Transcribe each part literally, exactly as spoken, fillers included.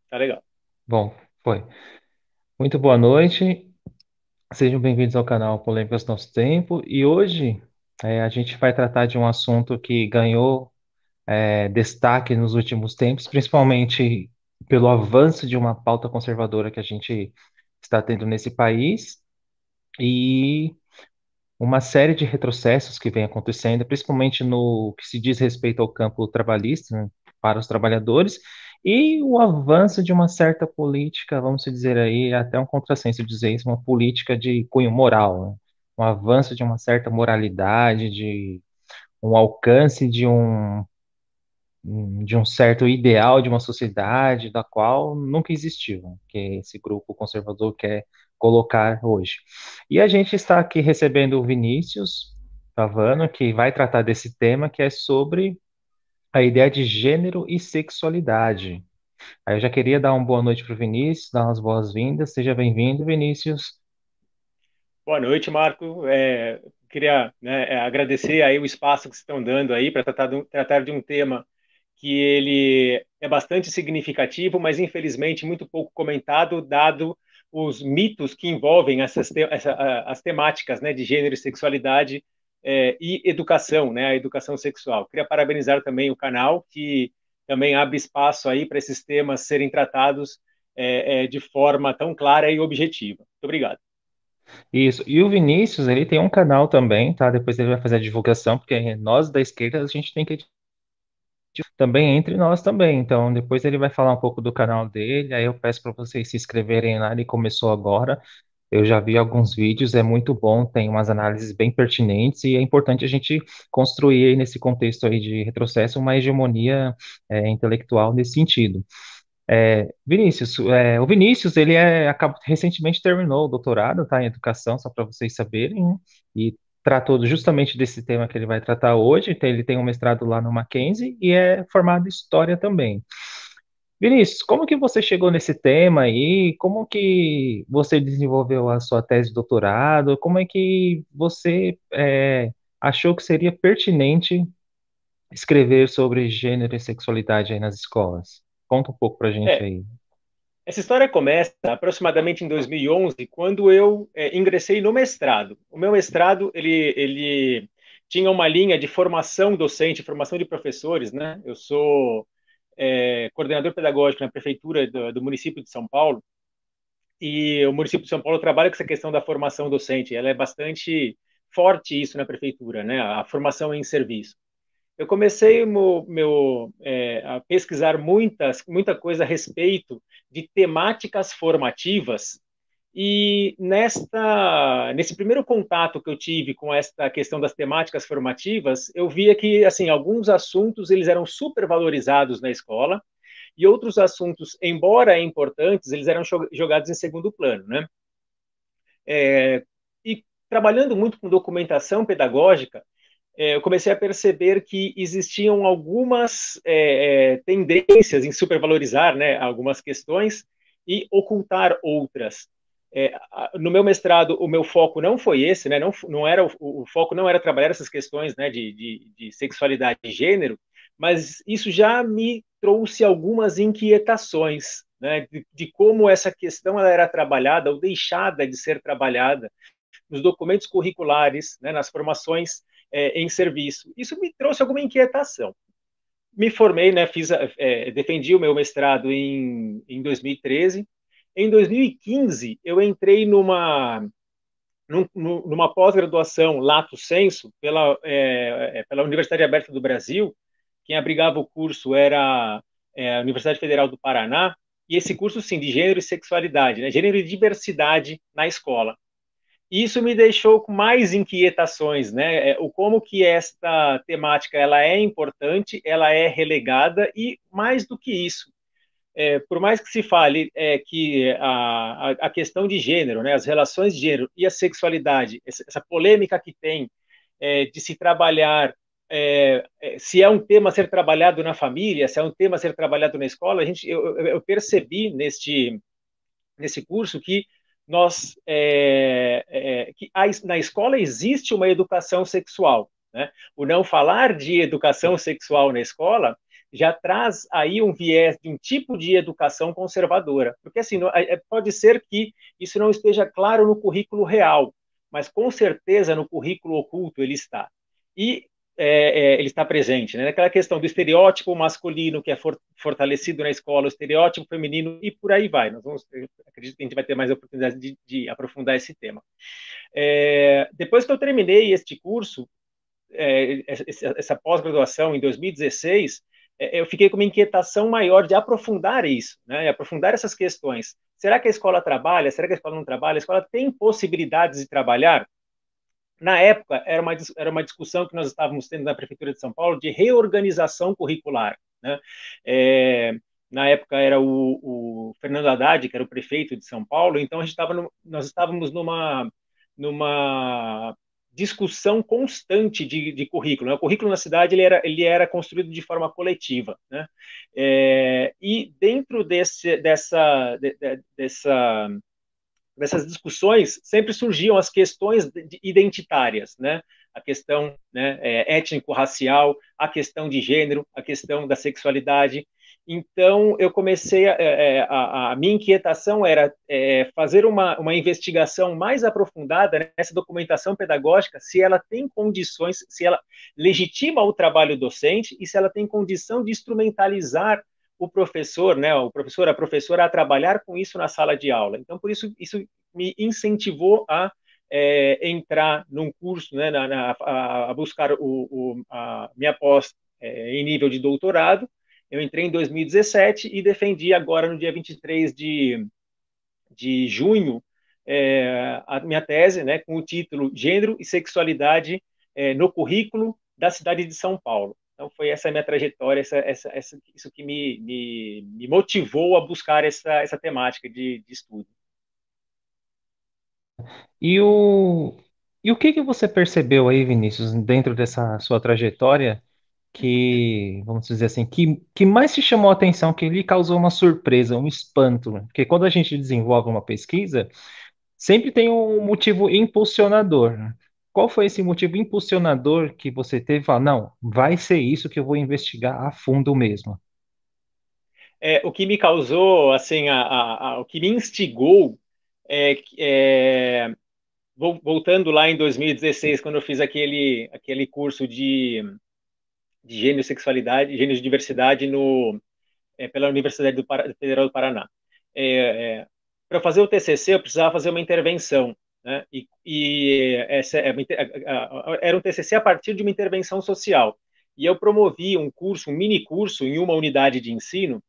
Tá legal. Bom, foi. Muito boa noite. Sejam bem-vindos ao canal Polêmicas do Nosso Tempo. E hoje é, a gente vai tratar de um assunto que ganhou é, destaque nos últimos tempos, principalmente pelo avanço de uma pauta conservadora que a gente está tendo nesse país e uma série de retrocessos que vem acontecendo, principalmente no que se diz respeito ao campo trabalhista, né, para os trabalhadores, e o avanço de uma certa política, vamos dizer aí, até um contrassenso dizer isso, uma política de cunho moral, né? Um avanço de uma certa moralidade, de um alcance de um um- de um certo ideal de uma sociedade da qual nunca existiu, né, que esse grupo conservador quer colocar hoje. E a gente está aqui recebendo o Vinícius Pavano, que vai tratar desse tema, que é sobre a ideia de gênero e sexualidade. Aí eu já queria dar uma boa noite para o Vinícius, dar umas boas-vindas. Seja bem-vindo, Vinícius. Boa noite, Marco. É, queria, né, é, agradecer aí o espaço que vocês estão dando aí para tratar, de um- tratar de um tema que ele é bastante significativo, mas infelizmente muito pouco comentado, dado os mitos que envolvem essas te- essa, a- as temáticas, né, de gênero e sexualidade, é, e educação, né, a educação sexual. Queria parabenizar também o canal que também abre espaço aí para esses temas serem tratados é, é, de forma tão clara e objetiva. Muito obrigado. Isso. E o Vinícius, ele tem um canal também, tá? Depois ele vai fazer a divulgação, porque nós da esquerda a gente tem que também entre nós também. Então, depois ele vai falar um pouco do canal dele. Aí eu peço para vocês se inscreverem lá. Ele começou agora. Eu já vi alguns vídeos, é muito bom, tem umas análises bem pertinentes e é importante a gente construir aí nesse contexto aí de retrocesso uma hegemonia é, intelectual nesse sentido. É, Vinícius, é, o Vinícius, ele é, acabou, recentemente terminou o doutorado, tá, em educação, só para vocês saberem, né? E tratou justamente desse tema que ele vai tratar hoje. Então, ele tem um mestrado lá no Mackenzie e é formado em História também. Vinícius, como que você chegou nesse tema aí? Como que você desenvolveu a sua tese de doutorado? Como é que você é, achou que seria pertinente escrever sobre gênero e sexualidade aí nas escolas? Conta um pouco pra gente É, aí. essa história começa aproximadamente em dois mil e onze, quando eu é, ingressei no mestrado. O meu mestrado, ele, ele tinha uma linha de formação docente, formação de professores, né? Eu sou é, coordenador pedagógico na prefeitura do, do município de São Paulo, e o município de São Paulo trabalha com essa questão da formação docente. Ela é bastante forte isso na prefeitura, né? A formação em serviço. Eu comecei meu, meu, é, a pesquisar muitas, muita coisa a respeito de temáticas formativas e nesta, nesse primeiro contato que eu tive com esta questão das temáticas formativas, eu via que assim alguns assuntos eles eram super valorizados na escola e outros assuntos, embora importantes, eles eram jogados em segundo plano, né? É, e trabalhando muito com documentação pedagógica, é, eu comecei a perceber que existiam algumas é, é, tendências em supervalorizar, né, algumas questões e ocultar outras. É, no meu mestrado, o meu foco não foi esse, né, não, não era o, o foco não era trabalhar essas questões, né, de, de, de sexualidade e gênero, mas isso já me trouxe algumas inquietações, né, de, de como essa questão ela era trabalhada ou deixada de ser trabalhada nos documentos curriculares, né, nas formações é, em serviço. Isso me trouxe alguma inquietação. Me formei, né, fiz, é, defendi o meu mestrado em, em dois mil e treze. Em dois mil e quinze, eu entrei numa, num, numa pós-graduação lato sensu pela, é, pela Universidade Aberta do Brasil. Quem abrigava o curso era é, a Universidade Federal do Paraná, e esse curso, sim, de gênero e sexualidade, né, gênero e diversidade na escola. Isso me deixou com mais inquietações, né? É, o como que esta temática ela é importante, ela é relegada e mais do que isso, é, por mais que se fale é, que a, a questão de gênero, né, as relações de gênero e a sexualidade, essa, essa polêmica que tem é, de se trabalhar é, é, se é um tema a ser trabalhado na família, se é um tema a ser trabalhado na escola, a gente, eu, eu percebi neste nesse curso que nós é, é, que a, na escola existe uma educação sexual, né? O não falar de educação sexual na escola já traz aí um viés de um tipo de educação conservadora. Porque, assim, pode ser que isso não esteja claro no currículo real, mas com certeza no currículo oculto ele está. E é, é, ele está presente, né? Aquela questão do estereótipo masculino que é for, fortalecido na escola, o estereótipo feminino e por aí vai. Nós vamos, acredito que a gente vai ter mais oportunidade de, de aprofundar esse tema. É, depois que eu terminei este curso, é, essa, essa pós-graduação em dois mil e dezesseis, é, eu fiquei com uma inquietação maior de aprofundar isso, né? Aprofundar essas questões. Será que a escola trabalha? Será que a escola não trabalha? A escola tem possibilidades de trabalhar? Na época, era uma, era uma discussão que nós estávamos tendo na Prefeitura de São Paulo de reorganização curricular, né? É, na época era o, o, Fernando Haddad, que era o prefeito de São Paulo, então a gente estava no, nós estávamos numa, numa discussão constante de, de currículo, né? O currículo na cidade ele era, ele era construído de forma coletiva, né? É, e dentro desse, dessa, de, de, dessa nessas discussões sempre surgiam as questões identitárias, né? A questão, né, é, étnico-racial, a questão de gênero, a questão da sexualidade. Então, eu comecei, a, é, a, a minha inquietação era é, fazer uma, uma investigação mais aprofundada nessa documentação pedagógica, se ela tem condições, se ela legitima o trabalho docente e se ela tem condição de instrumentalizar o professor, né, o professor, a professora a trabalhar com isso na sala de aula. Então, por isso, isso me incentivou a é, entrar num curso, né, na, na, a, a buscar o, o, a minha pós é, em nível de doutorado. Eu entrei em dois mil e dezessete e defendi agora, no dia vinte e três de, de junho, é, a minha tese, né, com o título Gênero e Sexualidade é, no Currículo da Cidade de São Paulo. Então, foi essa a minha trajetória, essa, essa, essa, isso que me, me, me motivou a buscar essa, essa temática de, de estudo. E o, e o que que você percebeu aí, Vinícius, dentro dessa sua trajetória, que, vamos dizer assim, que, que mais te chamou a atenção, que lhe causou uma surpresa, um espanto, né? Porque quando a gente desenvolve uma pesquisa, sempre tem um motivo impulsionador, né? Qual foi esse motivo impulsionador que você teve? Falar, não, vai ser isso que eu vou investigar a fundo mesmo. É, o que me causou, assim, a, a, a, o que me instigou é, é, voltando lá em dois mil e dezesseis, quando eu fiz aquele, aquele curso de, de gênero e sexualidade, gênero e diversidade no, é, pela Universidade do Para, Federal do Paraná. É, é, Para fazer o T C C, eu precisava fazer uma intervenção, né? E, e essa é, era um T C C a partir de uma intervenção social. E eu promovi um curso, um mini curso em uma unidade de ensino,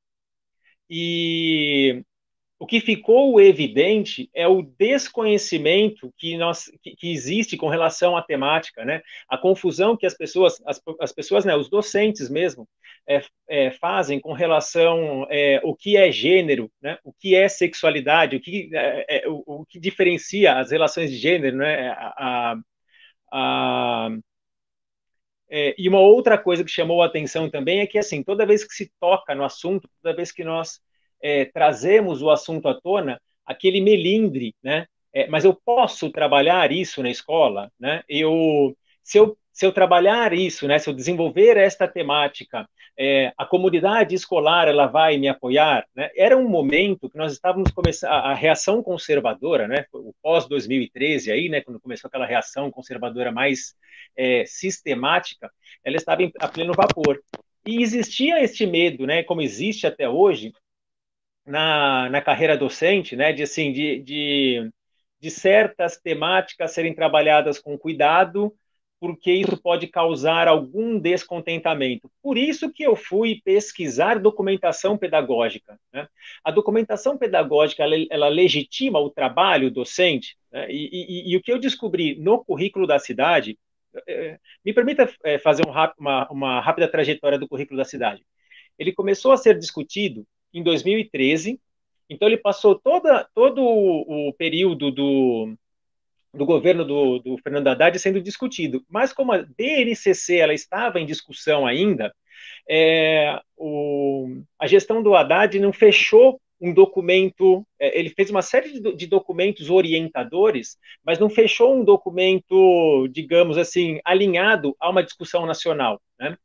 e o que ficou evidente é o desconhecimento que, nós, que, que existe com relação à temática, né? A confusão que as pessoas, as, as pessoas, né, os docentes mesmo, é, é, fazem com relação é, o que é gênero, né? O que é sexualidade, o que, é, é, o, o, que diferencia as relações de gênero, né? A, a, a, é, e uma outra coisa que chamou a atenção também é que, assim, toda vez que se toca no assunto, toda vez que nós é, trazemos o assunto à tona, aquele melindre, né? É, mas eu posso trabalhar isso na escola, né? Eu, se eu se eu trabalhar isso, né? Se eu desenvolver esta temática, é, a comunidade escolar ela vai me apoiar, né? Era um momento que nós estávamos começando a reação conservadora, né? O pós dois mil e treze aí, né? Quando começou aquela reação conservadora mais é, sistemática, ela estava em, a pleno vapor. E existia este medo, né? Como existe até hoje, na, na carreira docente, né, de, assim, de, de, de certas temáticas serem trabalhadas com cuidado, porque isso pode causar algum descontentamento. Por isso que eu fui pesquisar documentação pedagógica, né? A documentação pedagógica, ela, ela legitima o trabalho docente, né? e, e, e o que eu descobri no currículo da cidade, me permita fazer um, uma, uma rápida trajetória do currículo da cidade. Ele começou a ser discutido em dois mil e treze, então ele passou toda, todo o período do, do governo do, do Fernando Haddad sendo discutido. Mas como a D N C C ela estava em discussão ainda, é, o, a gestão do Haddad não fechou um documento, é, ele fez uma série de, de documentos orientadores, mas não fechou um documento, digamos assim, alinhado a uma discussão nacional, né?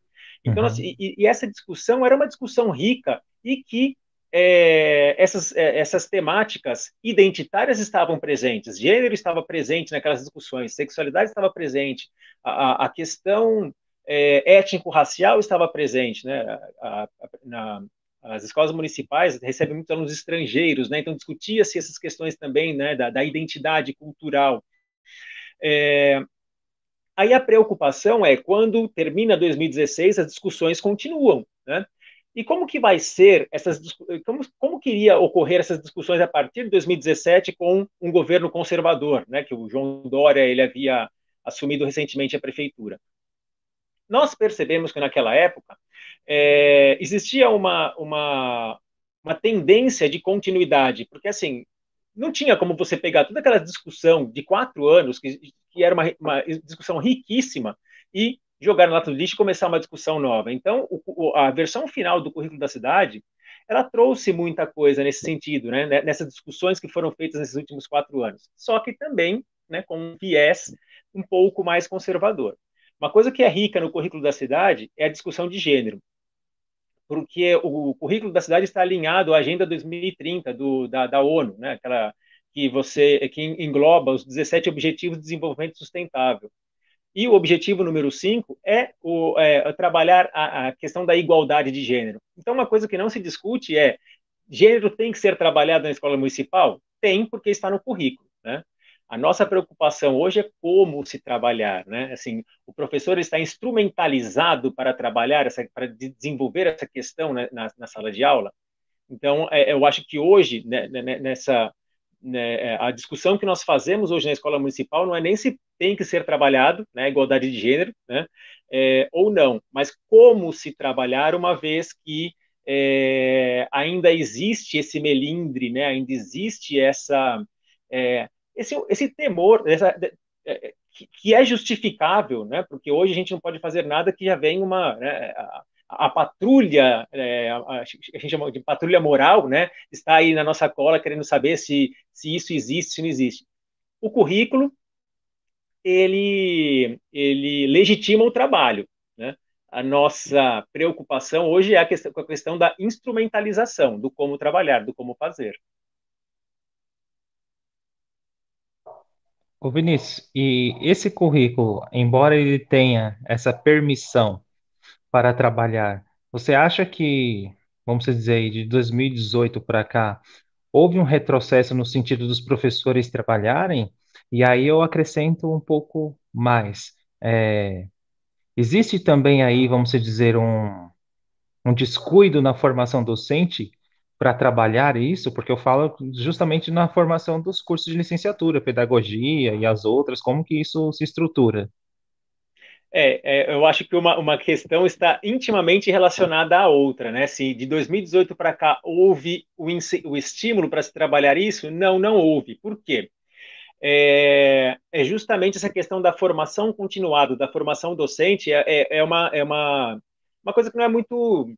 Então, nós, Uhum. e, e essa discussão era uma discussão rica e que é, essas, é, essas temáticas identitárias estavam presentes, gênero estava presente naquelas discussões, sexualidade estava presente, a, a questão é, étnico-racial estava presente, né? A, a, na, as escolas municipais recebem muitos alunos estrangeiros, né? Então discutia-se essas questões também, né? Da, da identidade cultural. É, aí a preocupação é quando termina dois mil e dezesseis, as discussões continuam, né? E como que vai ser essas como, como que iria ocorrer essas discussões a partir de dois mil e dezessete com um governo conservador, né? Que o João Dória ele havia assumido recentemente a prefeitura. Nós percebemos que naquela época é, existia uma, uma, uma tendência de continuidade, porque assim, não tinha como você pegar toda aquela discussão de quatro anos, que, que era uma, uma discussão riquíssima, e jogar na lata do lixo e começar uma discussão nova. Então, o, a versão final do currículo da cidade, ela trouxe muita coisa nesse sentido, né? Nessas discussões que foram feitas nesses últimos quatro anos. Só que também, né, com um viés um pouco mais conservador. Uma coisa que é rica no currículo da cidade é a discussão de gênero, porque o currículo da cidade está alinhado à Agenda dois mil e trinta do, da, da ONU, né? Aquela que você que engloba os dezessete Objetivos de Desenvolvimento Sustentável. E o objetivo número cinco é, o, é trabalhar a, a questão da igualdade de gênero. Então, uma coisa que não se discute é: gênero tem que ser trabalhado na escola municipal? Tem, porque está no currículo, né? A nossa preocupação hoje é como se trabalhar, né? Assim, o professor está instrumentalizado para trabalhar, essa, para desenvolver essa questão, né, na, na sala de aula. Então, é, eu acho que hoje, né, nessa, né, a discussão que nós fazemos hoje na escola municipal não é nem se tem que ser trabalhado, né, igualdade de gênero, né, é, ou não, mas como se trabalhar, uma vez que é, ainda existe esse melindre, né, ainda existe essa, é, esse, esse temor, essa, é, que, que é justificável, né, porque hoje a gente não pode fazer nada que já vem uma, né, a, a patrulha, é, a, a gente chama de patrulha moral, né, está aí na nossa cola querendo saber se, se isso existe, se não existe. O currículo, ele, ele legitima o trabalho, né? A nossa preocupação hoje é a questão, a questão da instrumentalização, do como trabalhar, do como fazer. Ô Vinícius, e esse currículo, embora ele tenha essa permissão para trabalhar, você acha que, vamos dizer, aí, de dois mil e dezoito para cá, houve um retrocesso no sentido dos professores trabalharem? E aí eu acrescento um pouco mais. É, existe também aí, vamos dizer, um, um descuido na formação docente para trabalhar isso? Porque eu falo justamente na formação dos cursos de licenciatura, pedagogia e as outras, como que isso se estrutura? É, é, eu acho que uma, uma questão está intimamente relacionada à outra, né? Se de dois mil e dezoito para cá houve o, o estímulo para se trabalhar isso, não, não houve. Por quê? É, é justamente essa questão da formação continuada, da formação docente, é, é, é uma, é uma, uma coisa que não é muito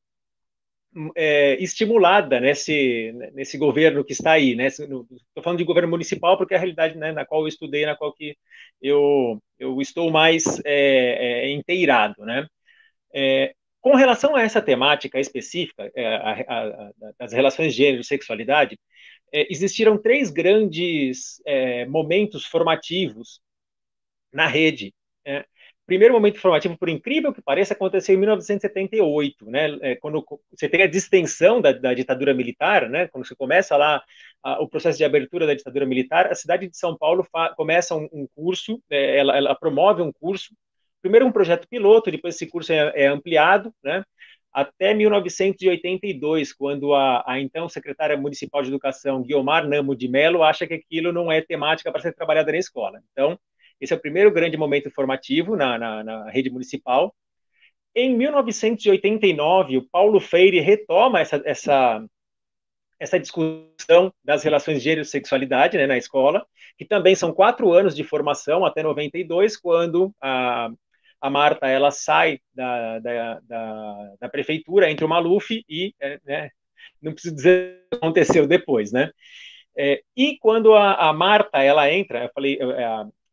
é, estimulada nesse, nesse governo que está aí, né? Estou falando de governo municipal porque é a realidade, né, na qual eu estudei, na qual que eu, eu estou mais é, é, inteirado, né? É, com relação a essa temática específica, é, a, a, a, das relações de gênero e sexualidade, é, existiram três grandes é, momentos formativos na rede. Né? O primeiro momento formativo, por incrível que pareça, aconteceu em mil novecentos e setenta e oito, né? É, quando você tem a distensão da, da ditadura militar, né? Quando você começa lá a, o processo de abertura da ditadura militar, a cidade de São Paulo fa, começa um, um curso, é, ela, ela promove um curso, primeiro um projeto piloto, depois esse curso é, é ampliado, né? Até mil novecentos e oitenta e dois, quando a, a então secretária municipal de educação, Guiomar Namo de Mello, acha que aquilo não é temática para ser trabalhada na escola. Então, esse é o primeiro grande momento formativo na, na, na rede municipal. Em mil novecentos e oitenta e nove, o Paulo Freire retoma essa, essa, essa discussão das relações de gênero e sexualidade, né, na escola, que também são quatro anos de formação até noventa e dois, quando a, a Marta ela sai da, da, da, da prefeitura, entra o Maluf e, né, não preciso dizer o que aconteceu depois, né? É, e quando a, a Marta ela entra, eu falei, a,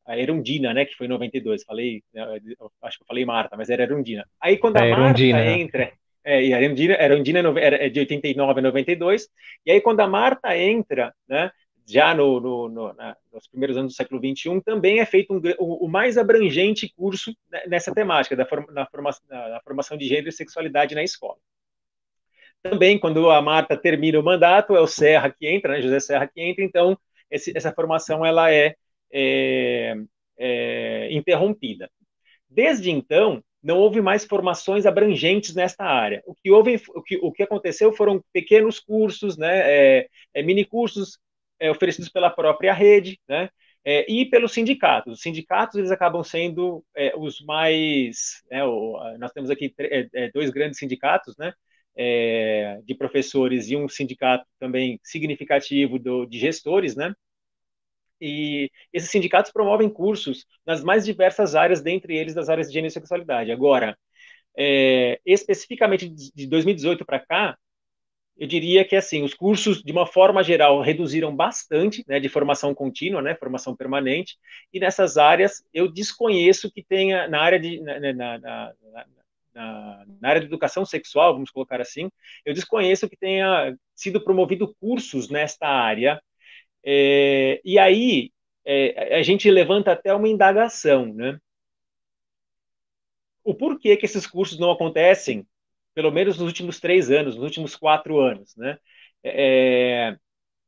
a Erundina, né, que foi em noventa e dois, falei, né, acho que eu falei Marta, mas era Erundina. Aí quando A a Marta Erundina. entra, é, e a Erundina, a Erundina é de oitenta e nove a noventa e dois, e aí quando a Marta entra, né, já no, no, no, na, nos primeiros anos do século vinte e um, também é feito um, o, o mais abrangente curso nessa temática, da, forma, na, forma, na formação de gênero e sexualidade na escola. Também, quando a Marta termina o mandato, é o Serra que entra, né, José Serra que entra, então esse, essa formação ela é, é, é interrompida. Desde então, não houve mais formações abrangentes nesta área. O que, houve, o que, o que aconteceu foram pequenos cursos, né, é, é, mini cursos é, oferecidos pela própria rede, né, é, e pelos sindicatos. Os sindicatos eles acabam sendo é, os mais. Né, o, nós temos aqui é, é, dois grandes sindicatos, né, é, de professores e um sindicato também significativo do, de gestores, né, e esses sindicatos promovem cursos nas mais diversas áreas, dentre eles das áreas de gênero e sexualidade. Agora, é, especificamente de dois mil e dezoito para cá, eu diria que assim os cursos, de uma forma geral, reduziram bastante, né, de formação contínua, né, formação permanente, e nessas áreas eu desconheço que tenha, na área de, na, na, na, na, na área de educação sexual, vamos colocar assim, eu desconheço que tenha sido promovido cursos nesta área, é, e aí é, a gente levanta até uma indagação, né? O porquê que esses cursos não acontecem, pelo menos nos últimos três anos, nos últimos quatro anos, né? É,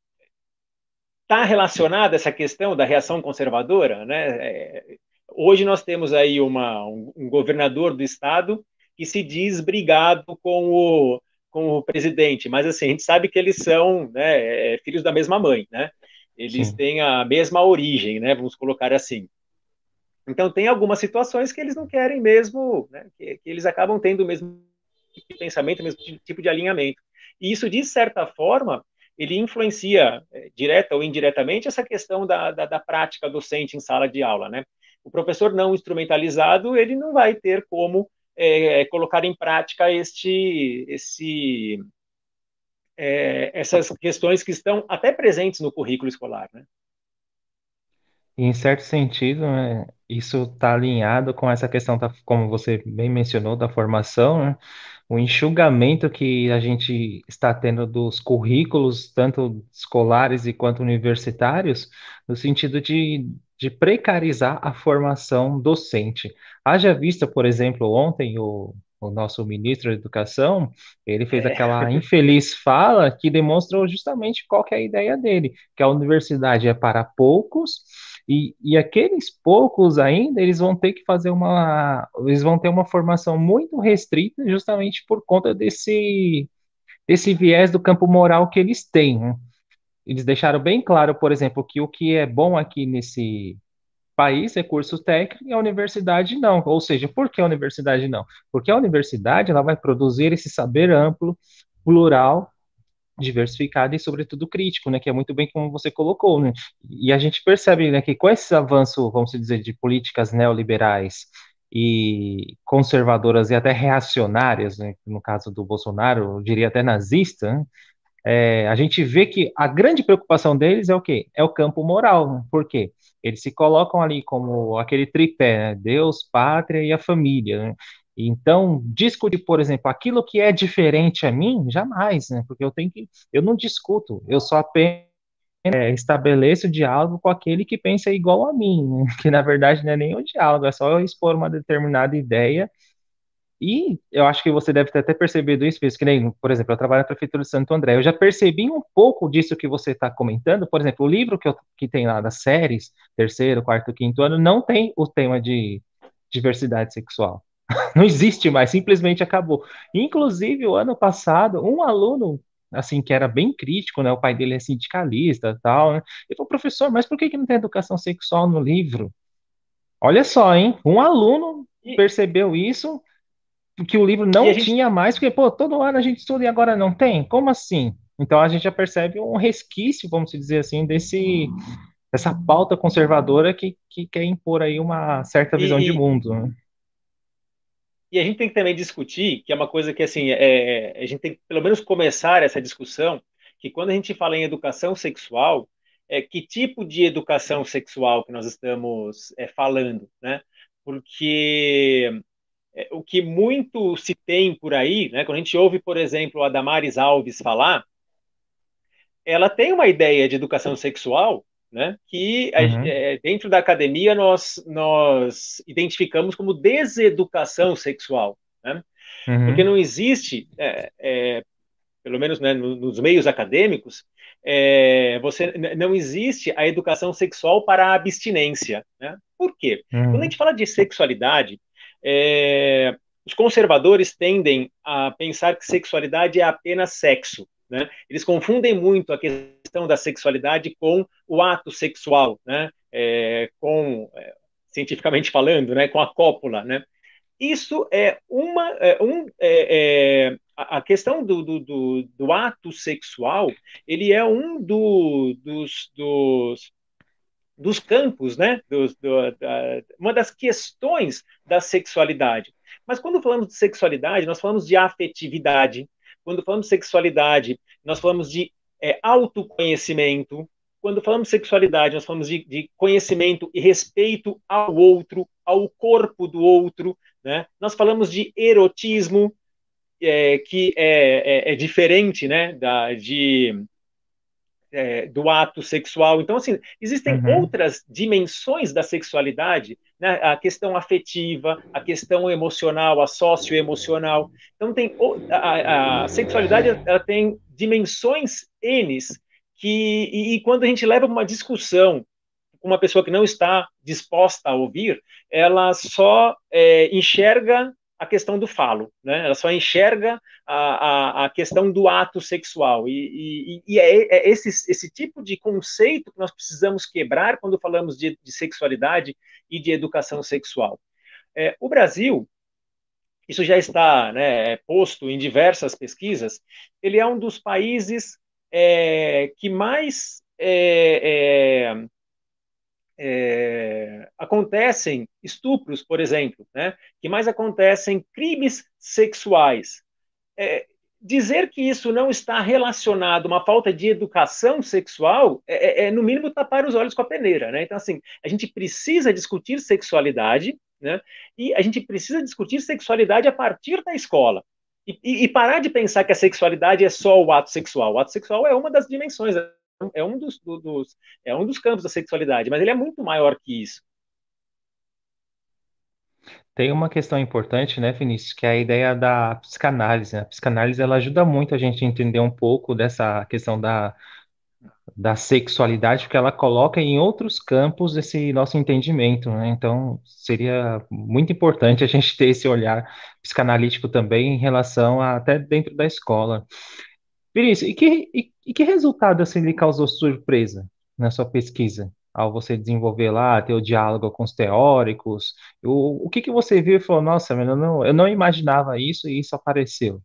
está relacionada essa questão da reação conservadora, né? É, hoje nós temos aí uma, um, um governador do estado que se diz brigado com o, com o presidente, mas assim, a gente sabe que eles são, né, filhos da mesma mãe, né? Eles Sim. têm a mesma origem, né? Vamos colocar assim. Então, tem algumas situações que eles não querem mesmo, né, que, que eles acabam tendo o mesmo tipo de pensamento, o mesmo tipo de alinhamento. E isso, de certa forma, ele influencia, é, direta ou indiretamente, essa questão da, da, da prática docente em sala de aula, né? O professor não instrumentalizado, ele não vai ter como é, colocar em prática este, esse, é, essas questões que estão até presentes no currículo escolar, né? E, em certo sentido, né, isso está alinhado com essa questão, da, como você bem mencionou, da formação, né? O enxugamento que a gente está tendo dos currículos, tanto escolares e quanto universitários, no sentido de, de precarizar a formação docente. Haja vista, por exemplo, ontem o, o nosso ministro da Educação, ele fez É, aquela infeliz fala que demonstrou justamente qual que é a ideia dele, que a universidade é para poucos, e, e aqueles poucos ainda, eles vão ter que fazer uma, eles vão ter uma formação muito restrita justamente por conta desse, desse viés do campo moral que eles têm, né? Eles deixaram bem claro, por exemplo, que o que é bom aqui nesse país é curso técnico e a universidade não. Ou seja, por que a universidade não? Porque a universidade ela vai produzir esse saber amplo, plural, diversificado e, sobretudo, crítico, né, que é muito bem como você colocou, né? E a gente percebe, né, que com esse avanço, vamos dizer, de políticas neoliberais e conservadoras e até reacionárias, né, no caso do Bolsonaro, eu diria até nazista, né, é, a gente vê que a grande preocupação deles é o quê? É o campo moral, né? Por quê? Eles se colocam ali como aquele tripé, né? Deus, pátria e a família, né? Então, discutir, por exemplo, aquilo que é diferente a mim, jamais, né? Porque eu tenho que, eu não discuto, eu só apenas é, estabeleço diálogo com aquele que pensa igual a mim, né? Que na verdade não é nem um diálogo, é só eu expor uma determinada ideia. E eu acho que você deve ter até percebido isso, porque, que nem, por exemplo, eu trabalho na Prefeitura de Santo André. Eu já percebi um pouco disso que você está comentando. Por exemplo, o livro que, eu, que tem lá das séries, terceiro, quarto, quinto ano, não tem o tema de diversidade sexual. Não existe mais, simplesmente acabou. Inclusive, o ano passado, um aluno, assim, que era bem crítico, né? O pai dele é sindicalista e tal, né? Ele falou, professor, mas por que que não tem educação sexual no livro? Olha só, hein? Um aluno E, percebeu isso que o livro e a não gente tinha mais, porque, pô, todo ano a gente estuda e agora não tem? Como assim? Então a gente já percebe um resquício, vamos dizer assim, desse, dessa pauta conservadora que, que quer impor aí uma certa visão de e, mundo, né? E a gente tem que também discutir, que é uma coisa que, assim, é, a gente tem que pelo menos começar essa discussão, que quando a gente fala em educação sexual, é, que tipo de educação sexual que nós estamos é, falando, né? Porque é, o que muito se tem por aí, né? Quando a gente ouve, por exemplo, a Damares Alves falar, ela tem uma ideia de educação sexual, né? Que Uhum, é, dentro da academia nós nós identificamos como deseducação sexual, né? Porque uhum, não existe é, é, pelo menos né, nos meios acadêmicos, é, você não existe a educação sexual para a abstinência. Né? Por quê? Quando a uhum, gente fala de sexualidade, é, os conservadores tendem a pensar que sexualidade é apenas sexo. Né? Eles confundem muito a questão da sexualidade com o ato sexual, né? É, com é, cientificamente falando, né? Com a cópula, né? Isso é uma. É, um, é, é, a questão do, do, do, do, ato sexual, ele é um do, dos, dos, dos campos, né? Dos, do, da, uma das questões da sexualidade. Mas quando falamos de sexualidade, nós falamos de afetividade. Quando falamos de sexualidade, nós falamos de é, autoconhecimento. Quando falamos de sexualidade, nós falamos de, de conhecimento e respeito ao outro, ao corpo do outro. Né? Nós falamos de erotismo, é, que é, é, é, diferente né, da, de, é, do ato sexual. Então, assim, existem uhum, outras dimensões da sexualidade, né? A questão afetiva, a questão emocional, a socioemocional. Então, tem a, a sexualidade ela tem dimensões N que, e, e quando a gente leva uma discussão com uma pessoa que não está disposta a ouvir, ela só é, enxerga a questão do falo, né? Ela só enxerga a, a, a questão do ato sexual. E, e, e é, é esse, esse tipo de conceito que nós precisamos quebrar quando falamos de, de sexualidade e de educação sexual. É, o Brasil, isso já está né, posto em diversas pesquisas, ele é um dos países é, que mais é, é, é, acontecem estupros, por exemplo, né? Que mais acontecem crimes sexuais. É, dizer que isso não está relacionado a uma falta de educação sexual é, é, é, no mínimo, tapar os olhos com a peneira. Né? Então, assim, a gente precisa discutir sexualidade, né? E a gente precisa discutir sexualidade a partir da escola. E, e, e parar de pensar que a sexualidade é só o ato sexual. O ato sexual é uma das dimensões, é um dos, do, dos, é um dos campos da sexualidade, mas ele é muito maior que isso. Tem uma questão importante, né, Vinícius, que é a ideia da psicanálise, né? A psicanálise ela ajuda muito a gente a entender um pouco dessa questão da, da sexualidade, porque ela coloca em outros campos esse nosso entendimento, né? Então, seria muito importante a gente ter esse olhar psicanalítico também em relação a, até dentro da escola. Vinícius, e que, e, e que resultado assim lhe causou surpresa na sua pesquisa? Ao você desenvolver lá, ter o diálogo com os teóricos, o, o que que você viu e falou, nossa, mas eu não, eu não imaginava isso e isso apareceu.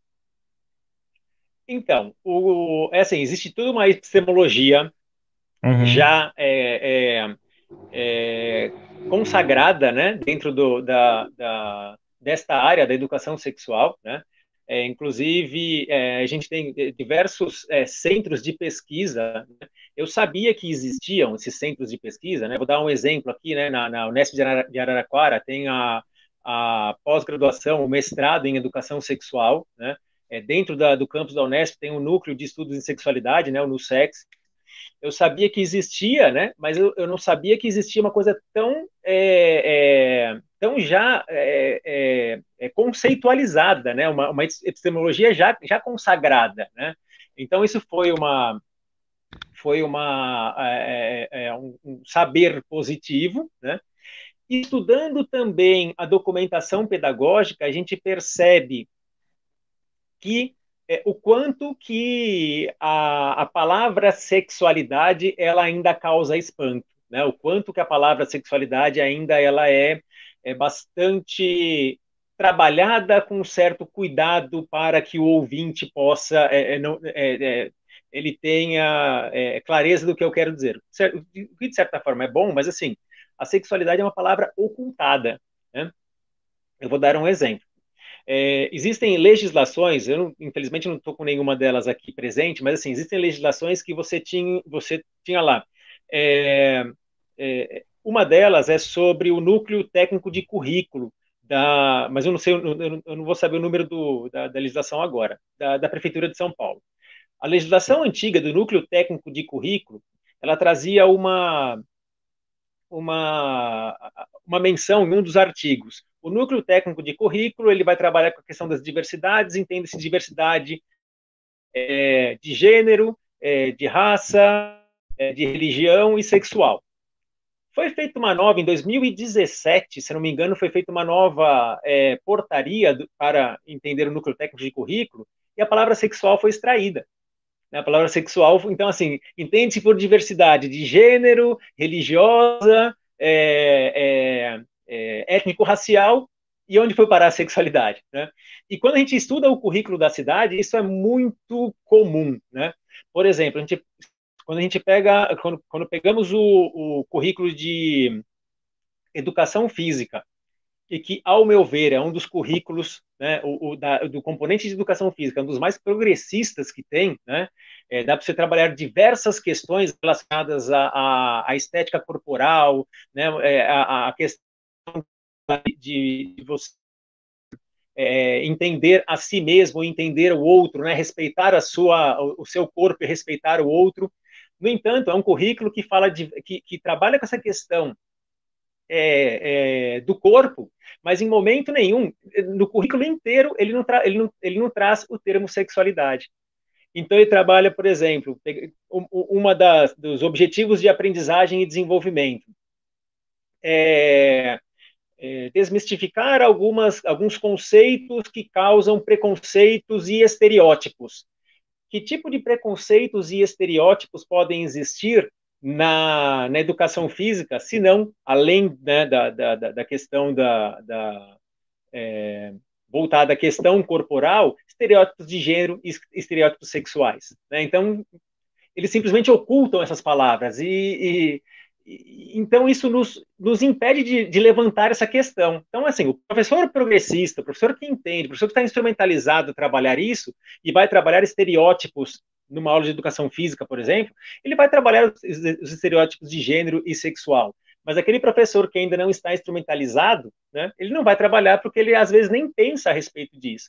Então, o, é assim, existe toda uma epistemologia Uhum, já é, é, é, consagrada né, dentro do, da, da, desta área da educação sexual. Né? É, inclusive, é, a gente tem diversos é, centros de pesquisa. Né? Eu sabia que existiam esses centros de pesquisa. Né? Vou dar um exemplo aqui, né? na, na Unesp de Araraquara tem a, a pós-graduação, o mestrado em educação sexual. Né? É, dentro da, do campus da Unesp tem um núcleo de estudos em sexualidade, né? o NUSEX, eu sabia que existia, né? Mas eu, eu não sabia que existia uma coisa tão, é, é, tão já é, é, é conceitualizada, né? Uma, uma epistemologia já, já consagrada, né? Então isso foi uma foi uma é, é, é, um, um saber positivo, né? E estudando também a documentação pedagógica, a gente percebe que é, o quanto que a, a palavra sexualidade ela ainda causa espanto, né? O quanto que a palavra sexualidade ainda ela é, é bastante trabalhada com um certo cuidado para que o ouvinte possa é, é, não, é, é, ele tenha é, clareza do que eu quero dizer. O que de certa forma é bom, mas assim a sexualidade é uma palavra ocultada. Né? Eu vou dar um exemplo. É, existem legislações, eu não, infelizmente não estou com nenhuma delas aqui presente, mas assim, existem legislações que você tinha, você tinha lá. É, é, uma delas é sobre o núcleo técnico de currículo, da, mas eu não sei, eu não, eu não vou saber o número do, da, da legislação agora, da, da Prefeitura de São Paulo. A legislação antiga do núcleo técnico de currículo, ela trazia uma, uma, uma menção em um dos artigos. O núcleo técnico de currículo ele vai trabalhar com a questão das diversidades, entende-se diversidade é, de gênero, é, de raça, é, de religião e sexual. Foi feita uma nova, em dois mil e dezessete, se não me engano, foi feita uma nova é, portaria do, para entender o núcleo técnico de currículo, e a palavra sexual foi extraída. A palavra sexual, então, assim, entende-se por diversidade de gênero, religiosa, é, é, é, étnico-racial, e onde foi parar a sexualidade, né? E quando a gente estuda o currículo da cidade, isso é muito comum, né? Por exemplo, a gente, quando a gente pega, quando, quando pegamos o, o currículo de educação física, e que, ao meu ver, é um dos currículos, né, o, o da, do componente de educação física, um dos mais progressistas que tem, né, é, dá para você trabalhar diversas questões relacionadas à, à, à estética corporal, né, é, a, a questão de, de você é, entender a si mesmo, entender o outro, né, respeitar a sua, o seu corpo e respeitar o outro. No entanto, é um currículo que fala de, que, que trabalha com essa questão é, é, do corpo, mas em momento nenhum, no currículo inteiro, ele não, ele, não, ele não traz o termo sexualidade. Então, ele trabalha, por exemplo, uma das, dos objetivos de aprendizagem e desenvolvimento. É, é, desmistificar algumas, alguns conceitos que causam preconceitos e estereótipos. Que tipo de preconceitos e estereótipos podem existir na, na educação física, se não, além né, da, da, da questão da, da é, voltada à questão corporal, estereótipos de gênero e estereótipos sexuais. Né? Então, eles simplesmente ocultam essas palavras e, e, e então isso nos, nos impede de, de, levantar essa questão. Então, assim, o professor progressista, o professor que entende, o professor que está instrumentalizado a trabalhar isso e vai trabalhar estereótipos numa aula de educação física, por exemplo, ele vai trabalhar os, os estereótipos de gênero e sexual. Mas aquele professor que ainda não está instrumentalizado, né, ele não vai trabalhar porque ele às vezes nem pensa a respeito disso.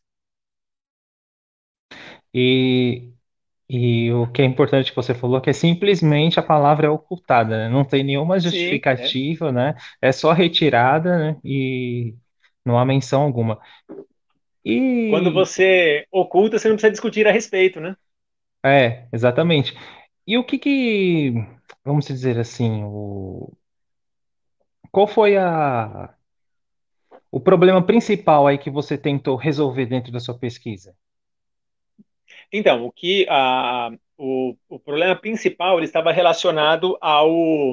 E, e o que é importante que você falou é que é simplesmente a palavra é ocultada, né? Não tem nenhuma Sim, é. justificativa, né? É só retirada, né? E não há menção alguma. Quando E você oculta, você não precisa discutir a respeito, né? é, exatamente. E o que que, vamos dizer assim, o, qual foi a, o problema principal aí que você tentou resolver dentro da sua pesquisa? Então, o que a, o, o problema principal ele estava relacionado ao,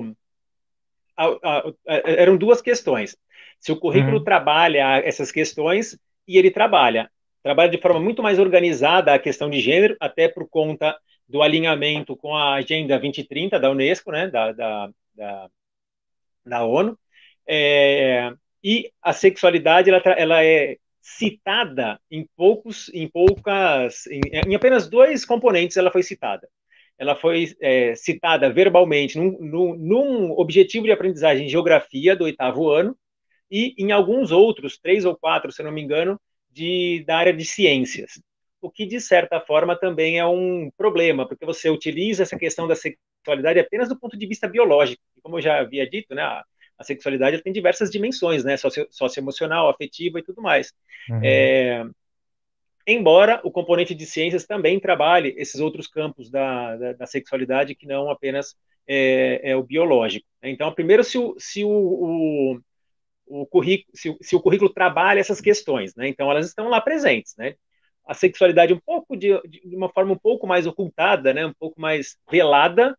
ao a, a, eram duas questões. Se o currículo Uhum, trabalha essas questões e ele trabalha, trabalha de forma muito mais organizada a questão de gênero, até por conta do alinhamento com a Agenda vinte e trinta da Unesco, né, da, da, da, da ONU, é, e a sexualidade ela, ela é citada em poucos, em poucas, em, em, apenas dois componentes ela foi citada. Ela foi é, citada verbalmente num, num, num objetivo de aprendizagem de geografia do oitavo ano e em alguns outros, três ou quatro, se não me engano, de, da área de ciências. O que, de certa forma, também é um problema, porque você utiliza essa questão da sexualidade apenas do ponto de vista biológico. E como eu já havia dito, né, a, a sexualidade tem diversas dimensões, né, socio, socioemocional, afetiva e tudo mais. uhum. É, embora o componente de ciências também trabalhe esses outros campos da, da, da sexualidade que não apenas é, é o biológico. Então, primeiro, se o, se o, o o currículo, se, se, o currículo trabalha essas questões, né? Então elas estão lá presentes, né? A sexualidade um pouco de, de uma forma um pouco mais ocultada, né? Um pouco mais velada,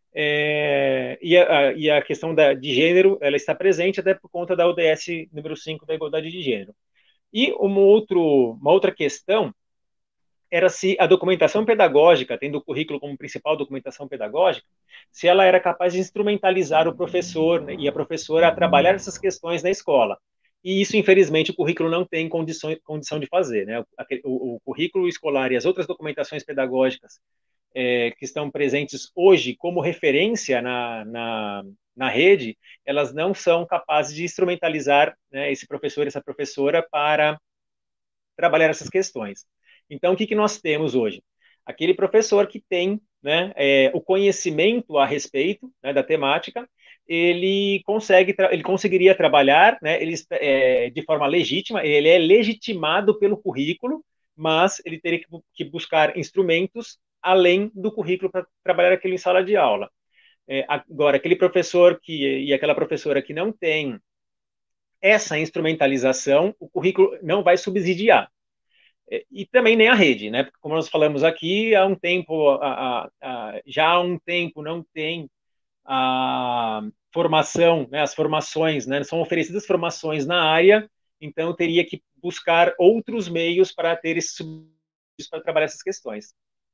é, e, a, e, a, questão da, de gênero ela está presente até por conta da O D S número cinco da igualdade de gênero. E uma, outro, uma outra questão era se a documentação pedagógica, tendo o currículo como principal documentação pedagógica, se ela era capaz de instrumentalizar o professor, né, e a professora a trabalhar essas questões na escola. e isso, infelizmente, o currículo não tem condição, condição de fazer. Né? O, o currículo escolar e as outras documentações pedagógicas é, que estão presentes hoje como referência na, na, na rede, elas não são capazes de instrumentalizar, né, esse professor, essa professora para trabalhar essas questões. Então, o que, que nós temos hoje? Aquele professor que tem, né, é, o conhecimento a respeito, né, da temática, ele consegue, ele conseguiria trabalhar, né, ele, é, de forma legítima, ele é legitimado pelo currículo, mas ele teria que, que buscar instrumentos além do currículo para trabalhar aquilo em sala de aula. É, agora, aquele professor que, e aquela professora que não tem essa instrumentalização, o currículo não vai subsidiar. E também nem a rede, né? Porque como nós falamos aqui, há um tempo, a, a, a, já há um tempo não tem a formação, né? As formações, né? São oferecidas formações na área, então teria que buscar outros meios para ter esse para trabalhar essas questões.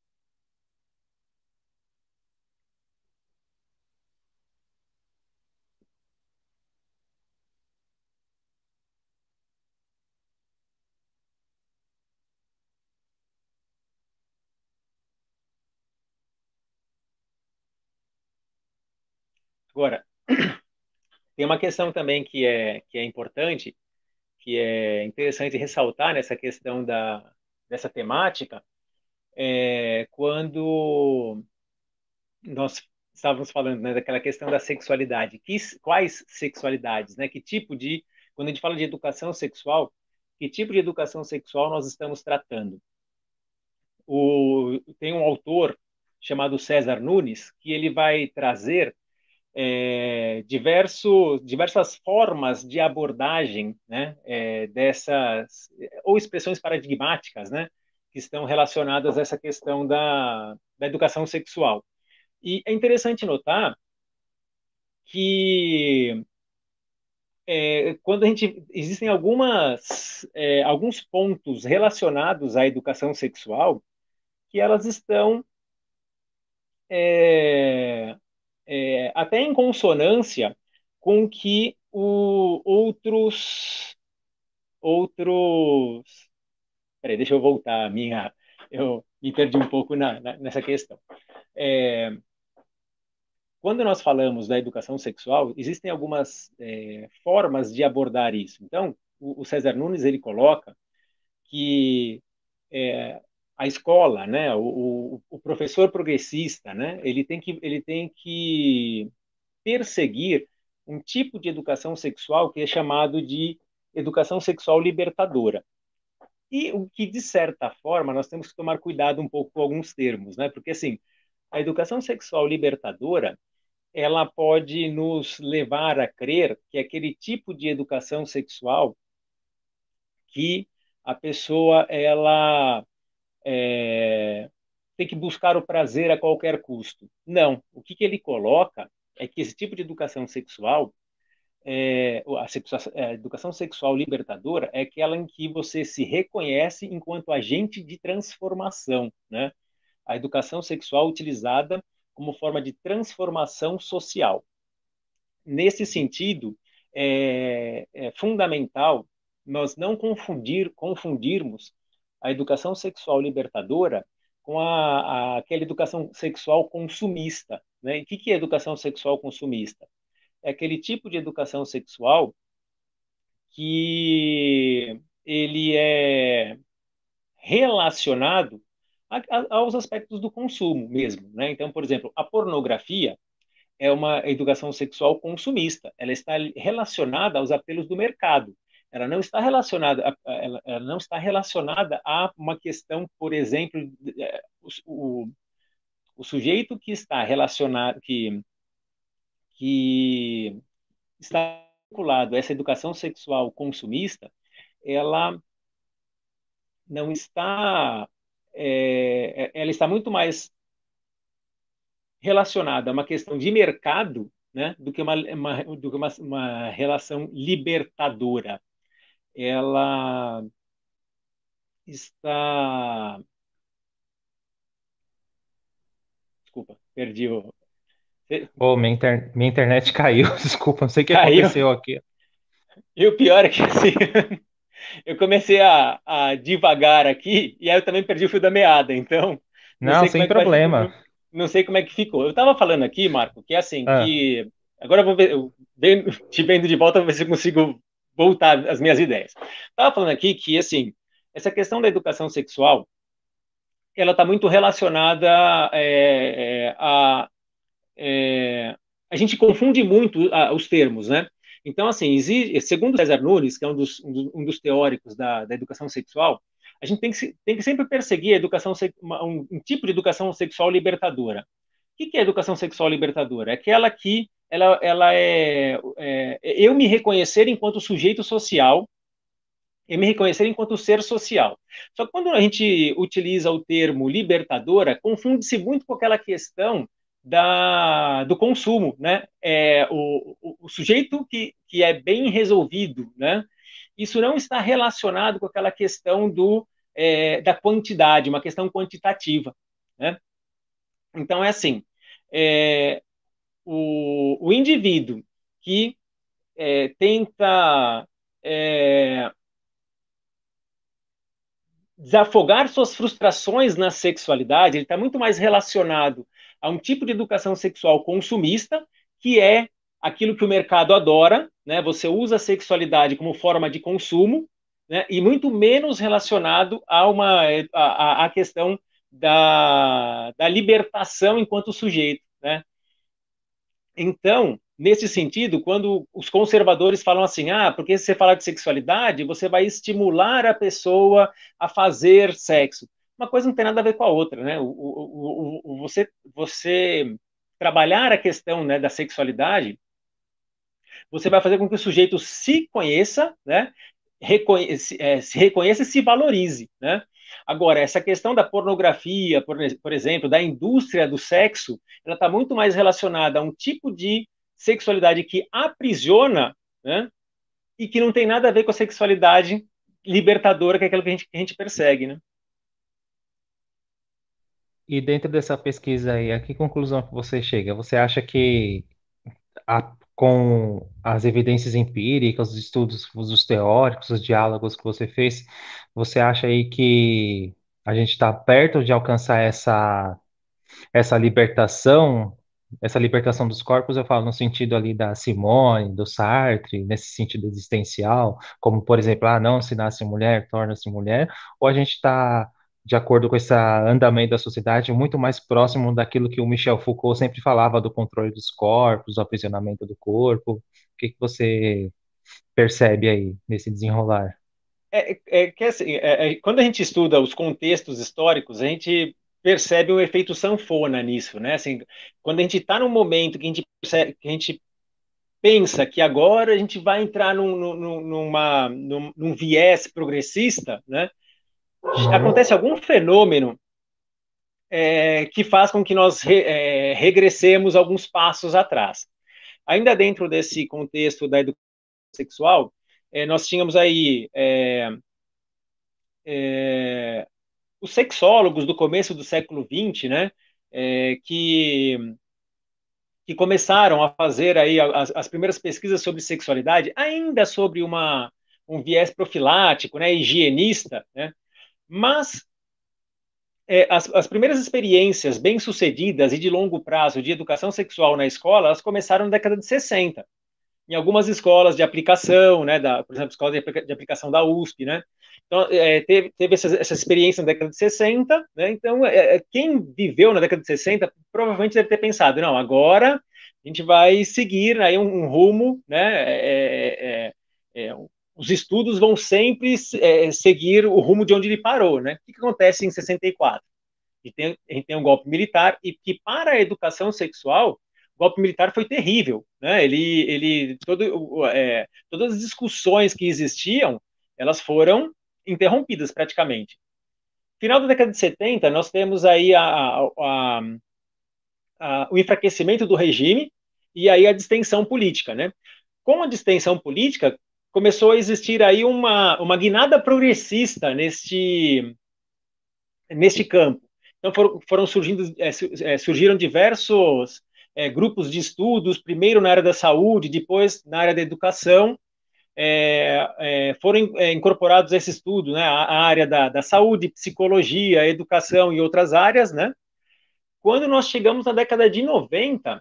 Agora, tem uma questão também que é que é importante, que é interessante ressaltar nessa questão da dessa temática, é quando nós estávamos falando, né, daquela questão da sexualidade. Que, quais sexualidades, né? Que tipo de, quando a gente fala de educação sexual, que tipo de educação sexual nós estamos tratando? O, tem um autor chamado César Nunes que ele vai trazer é, diversos, diversas formas de abordagem, né, é, dessas ou expressões paradigmáticas, né, que estão relacionadas a essa questão da, da educação sexual. E é interessante notar que é, quando a gente existem algumas é, alguns pontos relacionados à educação sexual que elas estão é, é, até em consonância com que o, outros outros peraí, deixa eu voltar a minha eu me perdi um pouco na, na, nessa questão. É, quando nós falamos da educação sexual, existem algumas é, formas de abordar isso. Então, o, o César Nunes ele coloca que é, a escola, né, o, o, o professor progressista, né, ele tem que ele tem que perseguir um tipo de educação sexual que é chamado de educação sexual libertadora. E o que, de certa forma, nós temos que tomar cuidado um pouco com alguns termos, né? Porque, assim, a educação sexual libertadora ela pode nos levar a crer que aquele tipo de educação sexual que a pessoa ela é, tem que buscar o prazer a qualquer custo. Não, o que, que ele coloca é que esse tipo de educação sexual, é, a, sexu a educação sexual libertadora é aquela em que você se reconhece enquanto agente de transformação, né? A educação sexual utilizada como forma de transformação social. Nesse sentido, é, é fundamental nós não confundir, confundirmos a educação sexual libertadora com a, a, aquela educação sexual consumista. Né? E o que, que é educação sexual consumista? É aquele tipo de educação sexual que ele é relacionado a, a, aos aspectos do consumo mesmo. Né? Então, por exemplo, a pornografia é uma educação sexual consumista. Ela está relacionada aos apelos do mercado. Ela não está relacionada, a, ela, ela não está relacionada a uma questão, por exemplo, o, o, o sujeito que está relacionado, que, que está vinculado a essa educação sexual consumista, ela não está, é, ela está muito mais relacionada a uma questão de mercado, né, do que uma, uma, do que uma, uma relação libertadora. Ela está. Desculpa, perdi o. Ô, minha, inter- minha internet caiu, desculpa, não sei o que Caiu? aconteceu aqui. E o pior é que assim, eu comecei a, a divagar aqui e aí eu também perdi o fio da meada. Então, não Não, sei como sem é que vai, problema. não, não sei como é que ficou. Eu estava falando aqui, Marco, que é assim, Ah, que agora eu vou ver, eu vendo- te vendo de volta, vou ver se eu consigo voltar às minhas ideias. Estava falando aqui que assim, essa questão da educação sexual, ela está muito relacionada é, é, a é, a gente confunde muito ah, os termos, né? Então, assim, exige, segundo César Nunes, que é um dos, um dos, um dos teóricos da, da educação sexual, a gente tem que, tem que sempre perseguir a educação, um, um tipo de educação sexual libertadora. O que, que é educação sexual libertadora? É aquela que ela, ela é, é eu me reconhecer enquanto sujeito social, eu me reconhecer enquanto ser social. Só que quando a gente utiliza o termo libertadora, confunde-se muito com aquela questão da, do consumo, né? É, o, o, o sujeito que, que é bem resolvido, né? Isso não está relacionado com aquela questão do, é, da quantidade, uma questão quantitativa, né? Então, é assim, é, o, o indivíduo que é, tenta é, desafogar suas frustrações na sexualidade, ele está muito mais relacionado a um tipo de educação sexual consumista, que é aquilo que o mercado adora, né? Você usa a sexualidade como forma de consumo, né? E muito menos relacionado a uma a, a questão da, da libertação enquanto sujeito, né? Então, nesse sentido, quando os conservadores falam assim, ah, porque se você falar de sexualidade, você vai estimular a pessoa a fazer sexo. Uma coisa não tem nada a ver com a outra, né? O, o, o, o você, você trabalhar a questão, né, da sexualidade, você vai fazer com que o sujeito se conheça, né? Reconhece, é, se reconheça e se valorize, né? Agora, essa questão da pornografia, por, por exemplo, da indústria do sexo, ela está muito mais relacionada a um tipo de sexualidade que aprisiona, né? E que não tem nada a ver com a sexualidade libertadora, que é aquilo que a gente, que a gente persegue, né? e dentro dessa pesquisa aí, a que conclusão que você chega? Você acha que a- com as evidências empíricas, os estudos, os teóricos, os diálogos que você fez, você acha aí que a gente está perto de alcançar essa essa libertação, essa libertação dos corpos, eu falo no sentido ali da Simone, do Sartre, nesse sentido existencial, como por exemplo, ah, não se nasce mulher, torna-se mulher, ou a gente está, de acordo com esse andamento da sociedade, muito mais próximo daquilo que o Michel Foucault sempre falava do controle dos corpos, do aprisionamento do corpo. O que que você percebe aí nesse desenrolar? É, é que assim, é, é, quando a gente estuda os contextos históricos, a gente percebe um efeito sanfona nisso, né? Assim, quando a gente está num momento que a gente, percebe, que a gente pensa que agora a gente vai entrar num, num, numa, num, num viés progressista, né? Uhum. Acontece algum fenômeno é, que faz com que nós re, é, regressemos alguns passos atrás. Ainda dentro desse contexto da educação sexual, é, nós tínhamos aí é, é, os sexólogos do começo do século vinte, né, é, que, que começaram a fazer aí as, as primeiras pesquisas sobre sexualidade, ainda sobre uma, um viés profilático, né, higienista, né, mas é, as, as primeiras experiências bem-sucedidas e de longo prazo de educação sexual na escola, elas começaram na década de sessenta, em algumas escolas de aplicação, né, da, por exemplo, escola de, aplica, de aplicação da U S P, né? Então, é, teve, teve essa, essa, experiência na década de sessenta, né? Então, é, é, quem viveu na década de sessenta provavelmente deve ter pensado, não, agora a gente vai seguir aí um, um rumo, né? É, é, é, os estudos vão sempre é, seguir o rumo de onde ele parou, né? O que, que acontece em sessenta e quatro? A gente, tem, a gente tem um golpe militar e que para a educação sexual o golpe militar foi terrível, né? Ele, ele, todo, é, todas as discussões que existiam, elas foram interrompidas praticamente. Final da década de setenta, nós temos aí a, a, a, o enfraquecimento do regime e aí a distensão política, né? Com a distensão política, começou a existir aí uma, uma guinada progressista neste, neste campo. Então foram, foram surgindo, é, surgiram diversos é, grupos de estudos, primeiro na área da saúde, depois na área da educação, é, é, foram é, incorporados a esse estudo, né, a, a área da, da saúde, psicologia, educação e outras áreas, né? Quando nós chegamos na década de noventa,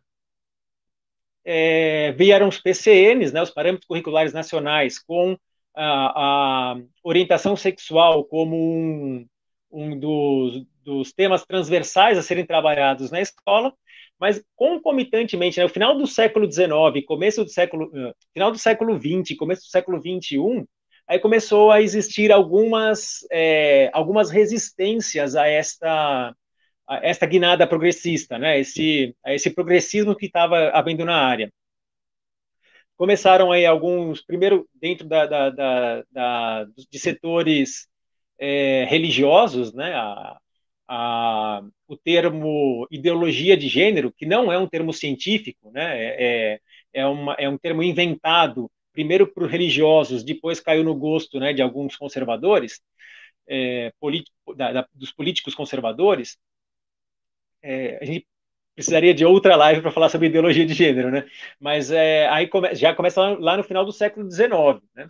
é, vieram os P C Ns, né, os Parâmetros Curriculares Nacionais, com a, a orientação sexual como um, um dos, dos, temas transversais a serem trabalhados na escola, mas concomitantemente, né, no final do século dezenove, começo do século, uh, final do século vinte, começo do século vinte e um, aí começou a existir algumas, é, algumas resistências a esta esta guinada progressista, né? Esse, esse progressismo que estava havendo na área. Começaram aí alguns, primeiro dentro da, da, da, da de setores é, religiosos, né? A, a, o termo ideologia de gênero, que não é um termo científico, né? É, é, uma, é um termo inventado primeiro por religiosos, depois caiu no gosto, né, de alguns conservadores, é, da, da, dos políticos conservadores. É, a gente precisaria de outra live para falar sobre ideologia de gênero, né? Mas é, aí come, já começa lá, lá, no final do século dezenove, né?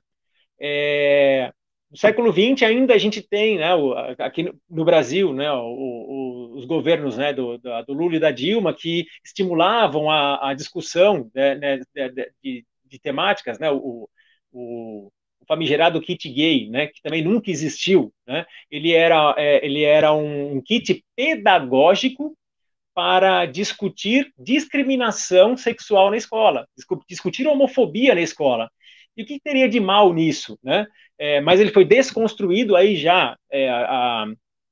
É, no século vinte ainda a gente tem, né, o, aqui no, no Brasil, né, o, o, os governos, né, do, do, Lula e da Dilma que estimulavam a, a discussão, né, de, de, de, temáticas, né, o, o, o famigerado kit gay, né, que também nunca existiu, né? Ele era, é, ele era um, um kit pedagógico para discutir discriminação sexual na escola, discutir homofobia na escola. E o que teria de mal nisso, né? É, mas ele foi desconstruído aí já é, a,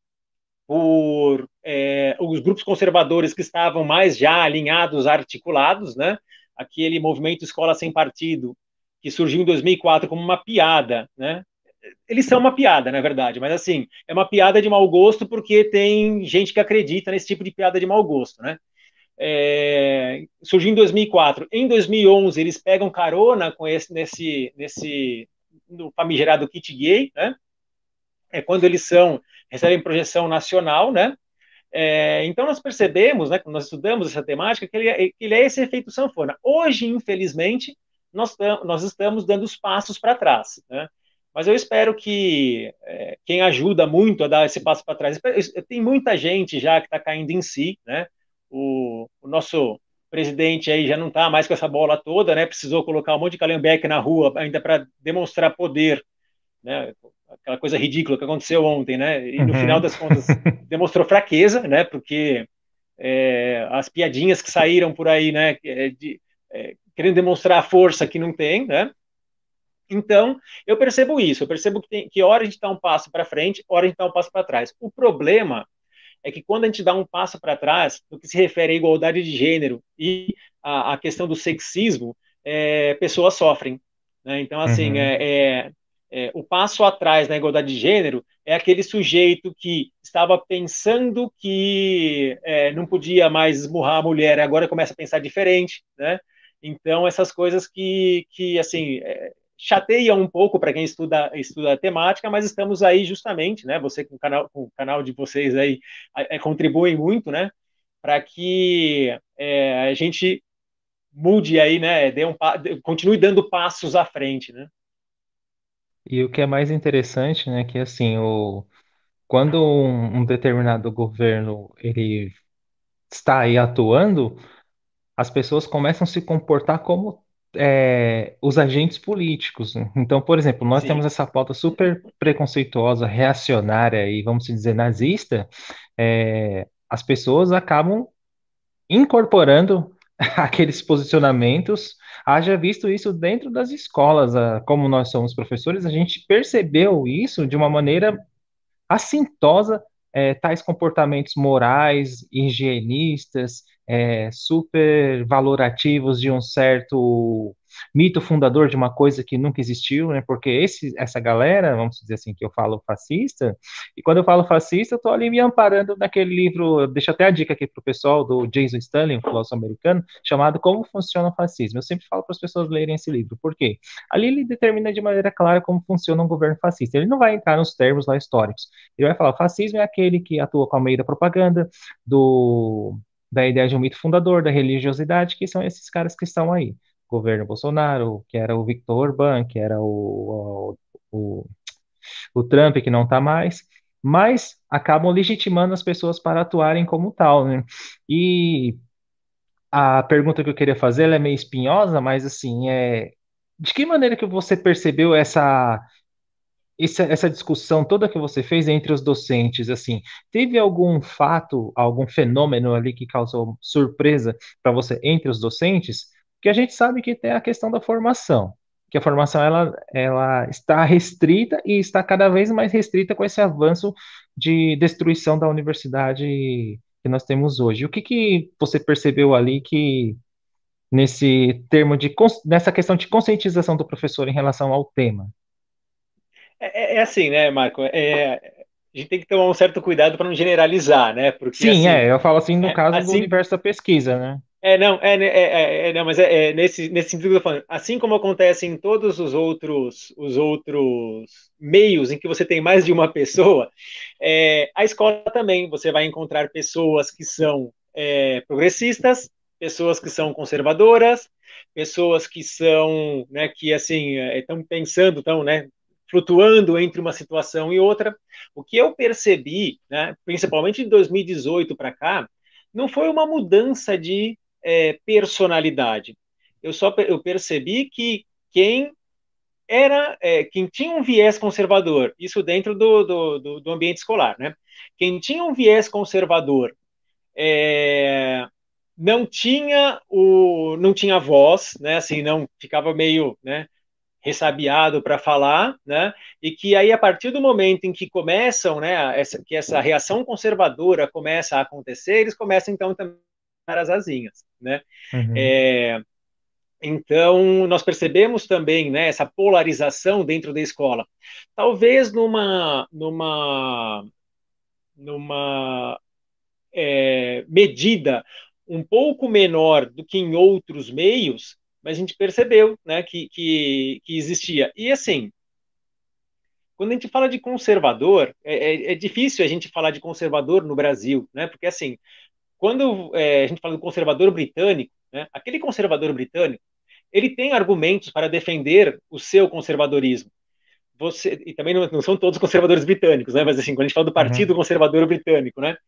por é, os grupos conservadores que estavam mais já alinhados, articulados, né? Aquele movimento Escola Sem Partido, que surgiu em dois mil e quatro como uma piada, né? Eles são uma piada, na verdade, mas assim, é uma piada de mau gosto porque tem gente que acredita nesse tipo de piada de mau gosto, né? É, surgiu em dois mil e quatro. Em dois mil e onze, eles pegam carona com esse, nesse, nesse no famigerado kit gay, né? É quando eles são recebem projeção nacional, né? É, então nós percebemos, né, quando nós estudamos essa temática, que ele, é, que ele é esse efeito sanfona. Hoje, infelizmente, nós, nós estamos dando os passos para trás, né? Mas eu espero que é, quem ajuda muito a dar esse passo para trás, tem muita gente já que está caindo em si, né? O, o nosso presidente aí já não está mais com essa bola toda, né? Precisou colocar um monte de calhambeque na rua ainda para demonstrar poder, né? Aquela coisa ridícula que aconteceu ontem, né? E no final Uhum. das contas demonstrou fraqueza, né? Porque é, as piadinhas que saíram por aí, né? De, é, querendo demonstrar a força que não tem, né? Então, eu percebo isso, eu percebo que, tem, que hora a gente dá um passo para frente, hora a gente dá um passo para trás. O problema é que quando a gente dá um passo para trás, no que se refere à igualdade de gênero e à, à questão do sexismo, é, pessoas sofrem, né? Então, assim, Uhum. é, é, é, o passo atrás na igualdade de gênero é aquele sujeito que estava pensando que é, não podia mais esmurrar a mulher, agora começa a pensar diferente, né? Então, essas coisas que, que assim, é, chateia um pouco para quem estuda, estuda a temática, mas estamos aí justamente, né? Você com o canal, com o canal de vocês aí é, contribuem muito, né? Para que é, a gente mude aí, né? Dê um, continue dando passos à frente, né? E o que é mais interessante, né, que assim, o, quando um, um determinado governo ele está aí atuando, as pessoas começam a se comportar como é, os agentes políticos, né? Então, por exemplo, nós temos Sim, essa pauta super preconceituosa, reacionária e, vamos dizer, nazista, é, as pessoas acabam incorporando aqueles posicionamentos. Haja visto isso dentro das escolas, ah, como nós somos professores, a gente percebeu isso de uma maneira assintosa, é, tais comportamentos morais, higienistas, é, super valorativos de um certo mito fundador de uma coisa que nunca existiu, né? Porque esse, essa galera, vamos dizer assim, que eu falo fascista, e quando eu falo fascista, eu estou ali me amparando naquele livro, deixa até a dica aqui para o pessoal, do Jason Stanley, um filósofo americano, chamado Como Funciona o Fascismo. Eu sempre falo para as pessoas lerem esse livro. Por quê? Ali ele determina de maneira clara como funciona um governo fascista. Ele não vai entrar nos termos lá históricos. Ele vai falar: o fascismo é aquele que atua com a meio da propaganda, do, da ideia de um mito fundador, da religiosidade, que são esses caras que estão aí. governo Bolsonaro, que era o Victor Orbán, que era o, o, o Trump, que não está mais, mas acabam legitimando as pessoas para atuarem como tal, né? E a pergunta que eu queria fazer, ela é meio espinhosa, mas assim, é de que maneira que você percebeu essa essa, essa discussão toda que você fez entre os docentes, assim, teve algum fato, algum fenômeno ali que causou surpresa para você entre os docentes? Porque a gente sabe que tem a questão da formação, que a formação ela, ela está restrita e está cada vez mais restrita com esse avanço de destruição da universidade que nós temos hoje. O que que você percebeu ali que nesse termo de cons- nessa questão de conscientização do professor em relação ao tema? É, é- é assim, né, Marco? É, a gente tem que tomar um certo cuidado para não generalizar, né? Porque, Sim, assim, é, eu falo assim no é, caso do assim universo da pesquisa, né? É, não, é, né, é, é, é, não, mas é, é nesse, nesse sentido que eu tô falando. Assim como acontece em todos os outros, os outros meios em que você tem mais de uma pessoa, é, a escola também, você vai encontrar pessoas que são é, progressistas, pessoas que são conservadoras, pessoas que são, né, que assim, estão pensando, estão, né, flutuando entre uma situação e outra. O que eu percebi, né, principalmente de dois mil e dezoito para cá, não foi uma mudança de é, personalidade. Eu só eu percebi que quem era é, quem tinha um viés conservador, isso dentro do, do, do, do ambiente escolar, né? Quem tinha um viés conservador é, não tinha o não tinha voz, né? Assim, não ficava meio, né? Ressabiado para falar, né? E que aí a partir do momento em que começam, né? Essa, que essa reação conservadora começa a acontecer, eles começam então também a dar as asinhas, né? Uhum, É, então, nós percebemos também, né, essa polarização dentro da escola. Talvez numa, numa, numa é, medida um pouco menor do que em outros meios, mas a gente percebeu, né, que, que, que existia. E assim, quando a gente fala de conservador, é, é, é difícil a gente falar de conservador no Brasil, né? Porque assim, quando é, a gente fala do conservador britânico, né, aquele conservador britânico ele tem argumentos para defender o seu conservadorismo. Você, e também não, não são todos conservadores britânicos, né? Mas assim, quando a gente fala do Partido uhum, Conservador Britânico, né?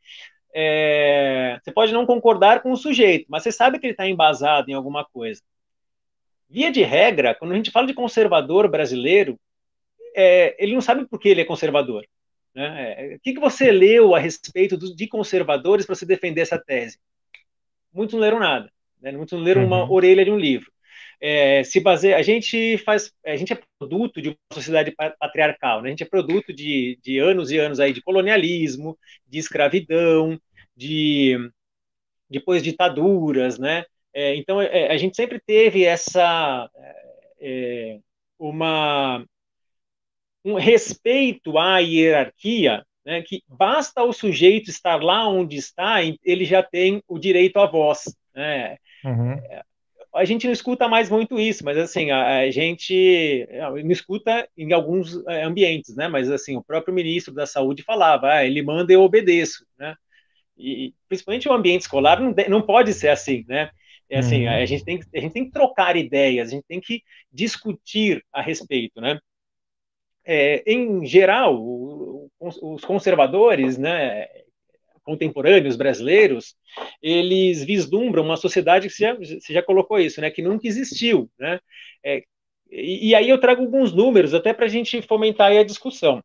É, você pode não concordar com o sujeito, mas você sabe que ele está embasado em alguma coisa. Via de regra, quando a gente fala de conservador brasileiro, é, ele não sabe por que ele é conservador. Né? É, o que, que você leu a respeito do, de conservadores para você defender essa tese? Muitos não leram nada, né? Muitos não leram uma uhum, orelha de um livro. É, se baseia, a gente faz, a gente é produto de uma sociedade patriarcal, né? A gente é produto de, de anos e anos aí de colonialismo, de escravidão, de depois ditaduras, né? É, então é, a gente sempre teve essa é, uma um respeito à hierarquia, né? Que basta o sujeito estar lá onde está, ele já tem o direito à voz, né? uhum, A gente não escuta mais muito isso, mas assim, a, a gente não escuta em alguns é, ambientes, né? Mas assim, o próprio ministro da Saúde falava, ah, ele manda eu obedeço, né? E principalmente o ambiente escolar não, de, não pode ser assim, né? É assim, a uhum, gente tem a gente tem que trocar ideias, a gente tem que discutir a respeito, né? É, em geral, o, os conservadores, né, contemporâneos brasileiros, eles vislumbram uma sociedade que você já, você já colocou isso, né, que nunca existiu, né? É, e, e, aí eu trago alguns números até para a gente fomentar a discussão.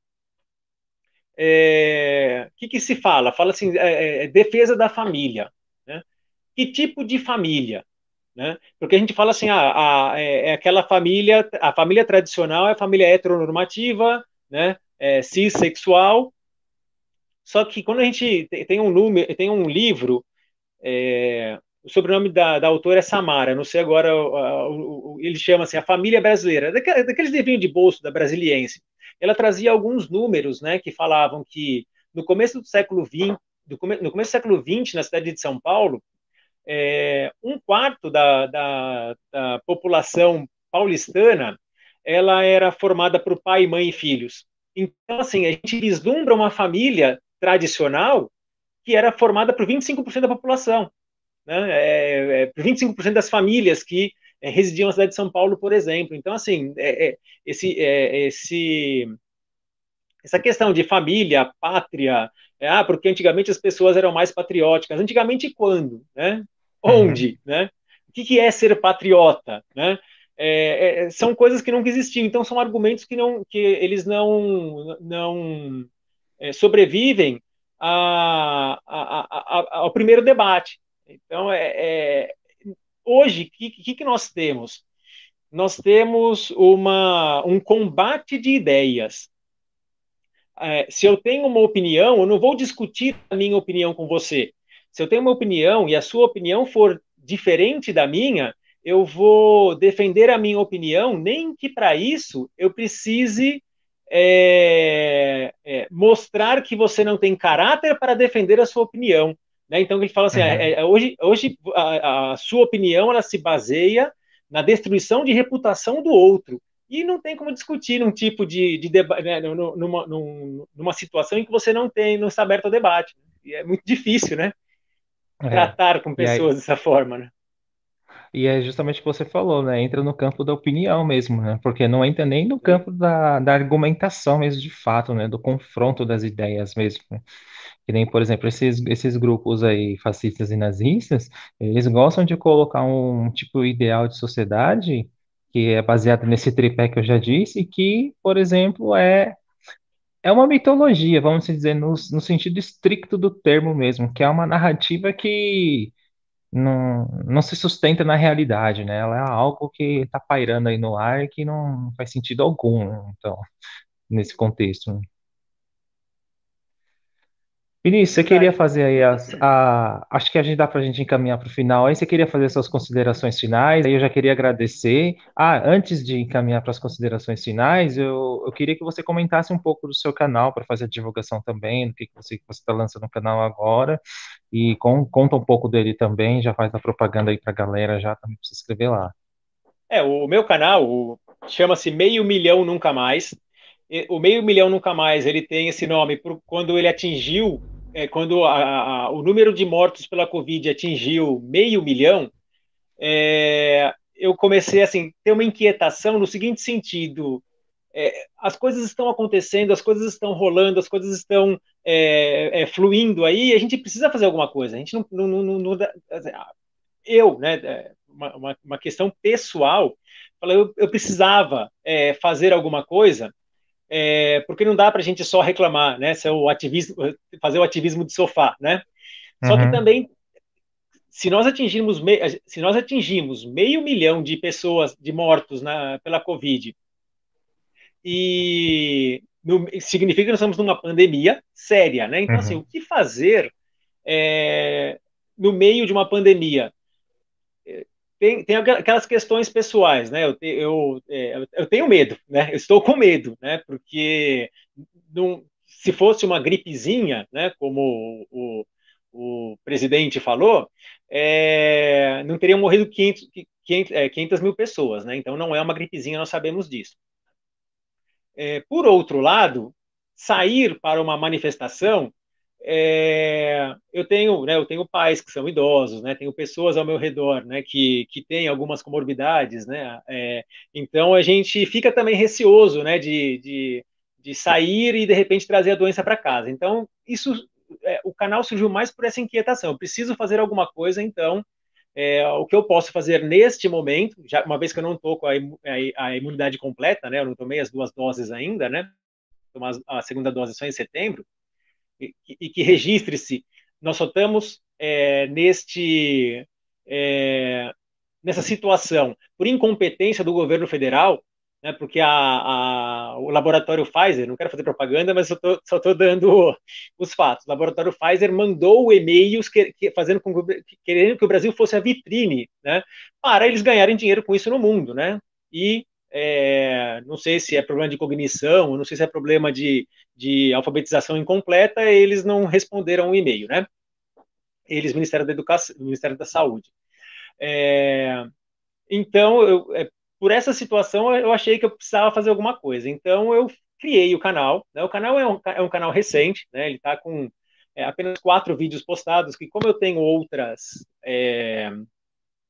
É, o que, que se fala? Fala assim, é, é, defesa da família, né? Que tipo de família? Né? Porque a gente fala assim, ah, a, é, é aquela família, a família tradicional é a família heteronormativa, né? É, cissexual. Só que quando a gente tem um número, tem um livro, é, o sobrenome da, da autora é Samara, não sei agora, o, o, ele chama assim, A Família Brasileira, daqueles livrinhos de bolso da Brasiliense. Ela trazia alguns números, né, que falavam que no começo do século vinte, do come, no começo do século vinte, na cidade de São Paulo, é, um quarto da, da, da população paulistana ela era formada por pai, mãe e filhos. Então, assim, a gente vislumbra uma família tradicional que era formada por vinte e cinco por cento da população, né? É, é, por vinte e cinco por cento das famílias que é, residiam na cidade de São Paulo, por exemplo. Então, assim, é, é, esse, é, esse, essa questão de família, pátria, é, ah, porque antigamente as pessoas eram mais patrióticas. Antigamente quando? Né? Uhum. Onde? Né? O que, que é ser patriota? Né? É, é, são coisas que nunca existiam. Então, são argumentos que, não, que eles não, não é, sobrevivem a, a, a, ao primeiro debate. Então, é, é hoje, o que, que, que nós temos? Nós temos uma, um combate de ideias. É, se eu tenho uma opinião, eu não vou discutir a minha opinião com você. Se eu tenho uma opinião e a sua opinião for diferente da minha, eu vou defender a minha opinião, nem que para isso eu precise é, é, mostrar que você não tem caráter para defender a sua opinião. Né? Então ele fala assim: é, Uhum. é, hoje, hoje a, a sua opinião ela se baseia na destruição de reputação do outro. E não tem como discutir num tipo de, de debate, né, numa, numa, numa situação em que você não tem, não está aberto ao debate. E é muito difícil, né? É. Tratar com E aí, pessoas dessa forma, né? e é justamente o que você falou, né? Entra no campo da opinião mesmo, né? Porque não entra nem no Sim. campo da, da argumentação mesmo de fato, né? Do confronto das ideias mesmo, né? Que nem, por exemplo, esses, esses grupos aí, fascistas e nazistas, eles gostam de colocar um tipo ideal de sociedade que é baseado nesse tripé que eu já disse, que, por exemplo, é, é uma mitologia, vamos dizer, no, no sentido estricto do termo mesmo, que é uma narrativa que não, não se sustenta na realidade, né? Ela é algo que está pairando aí no ar e que não faz sentido algum, né? Então, nesse contexto, né? Vinícius, você queria Verdade. fazer aí as, a, acho que a gente dá para a gente encaminhar para o final. Aí você queria fazer suas considerações finais. Aí eu já queria agradecer. Ah, antes de encaminhar para as considerações finais, eu, eu queria que você comentasse um pouco do seu canal para fazer a divulgação também, do que que você que você está lançando no canal agora e com, conta um pouco dele também. Já faz a propaganda aí para a galera já também para se inscrever lá. É, o meu canal o- chama-se Meio Milhão Nunca Mais. E o Meio Milhão Nunca Mais, ele tem esse nome por quando ele atingiu, é, quando a- a- o número de mortos pela Covid atingiu meio milhão, é, eu comecei assim ter uma inquietação no seguinte sentido: é, as coisas estão acontecendo, as coisas estão rolando, as coisas estão é, é, fluindo aí, e a gente precisa fazer alguma coisa. A gente não, não, não, não- não dá- eu, né, é, uma, uma, uma questão pessoal, falei, eu, eu precisava é, fazer alguma coisa, é, porque não dá para a gente só reclamar, né, ser o ativismo, fazer o ativismo de sofá, né? Só que Uhum, também se nós atingirmos me, se nós atingimos meio milhão de pessoas de mortos na, pela Covid e no, significa que nós estamos numa pandemia séria, né? Então assim, uhum, o que fazer é, no meio de uma pandemia? Tem, tem aquelas questões pessoais, né? Eu, te, eu, é, eu tenho medo, né? Eu estou com medo, né? Porque não, se fosse uma gripezinha, né? Como o, o, o presidente falou, é, não teriam morrido quinhentos, quinhentos, é, quinhentas mil pessoas, né? Então não é uma gripezinha, nós sabemos disso. É, por outro lado, sair para uma manifestação, é, eu tenho, né, eu tenho pais que são idosos, né, tenho pessoas ao meu redor, né, que, que têm algumas comorbidades, né, é, então a gente fica também receoso, né, de, de, de sair e de repente trazer a doença para casa. Então isso, é, o canal surgiu mais por essa inquietação. Eu preciso fazer alguma coisa, então é, o que eu posso fazer neste momento, já uma vez que eu não estou com a, a, a, imunidade completa, né? Eu não tomei as duas doses ainda, né? Tomar a segunda dose só em setembro, e, e que registre-se. Nós só estamos é, neste é, nessa situação por incompetência do governo federal, né, porque a, a, o laboratório Pfizer, não quero fazer propaganda, mas eu tô, só estou dando os fatos. O laboratório Pfizer mandou e-mails que, que, fazendo com, querendo que o Brasil fosse a vitrine, né, para eles ganharem dinheiro com isso no mundo, né? E é, não sei se é problema de cognição, não sei se é problema de, de alfabetização incompleta, eles não responderam o e-mail, né? Eles, Ministério da Educação, Ministério da Saúde. É, então, eu, é, por essa situação, eu achei que eu precisava fazer alguma coisa. Então, eu criei o canal. Né? O canal é um, é um canal recente, né? Ele está com é, apenas quatro vídeos postados, que como eu tenho outras, é,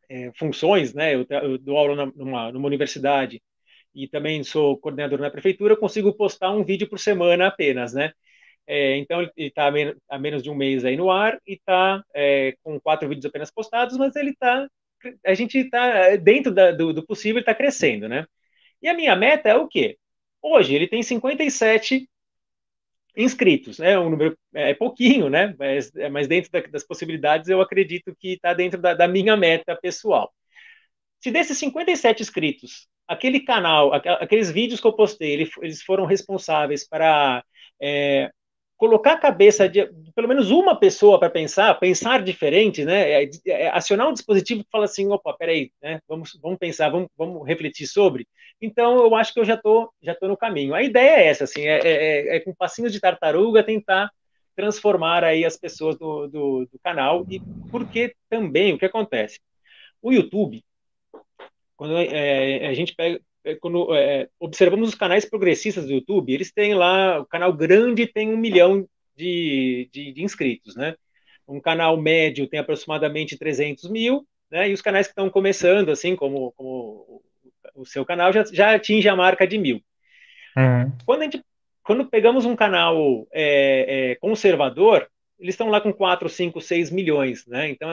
funções, né? Eu, eu dou aula numa, numa universidade e também sou coordenador na prefeitura, eu consigo postar um vídeo por semana apenas, né? É, então ele está há menos de um mês aí no ar e está é, com quatro vídeos apenas postados, mas ele está, a gente está dentro da, do, do possível, está crescendo, né? E a minha meta é o quê? Hoje ele tem cinquenta e sete inscritos, né? Um número é pouquinho, né? Mas, mas dentro da, das possibilidades eu acredito que está dentro da, da minha meta pessoal. Se desses cinquenta e sete inscritos, aquele canal, aqueles vídeos que eu postei, eles foram responsáveis para é, colocar a cabeça de pelo menos uma pessoa para pensar, pensar diferente, né? É, é, acionar um dispositivo que fala assim, opa, peraí, né? Vamos, vamos pensar, vamos, vamos refletir sobre. Então, eu acho que eu já tô, já tô no caminho. A ideia é essa, assim, é, é, é com passinhos de tartaruga tentar transformar aí as pessoas do, do, do canal e porque também o que acontece? O YouTube, quando é, a gente pega, quando é, observamos os canais progressistas do YouTube, eles têm lá, o canal grande tem um milhão de, de, de inscritos, né? Um canal médio tem aproximadamente trezentos mil, né? E os canais que estão começando, assim, como, como o seu canal, já, já atinge a marca de mil. Uhum. Quando, a gente, quando pegamos um canal é, é, conservador, eles estão lá com quatro, cinco, seis milhões, né? Então,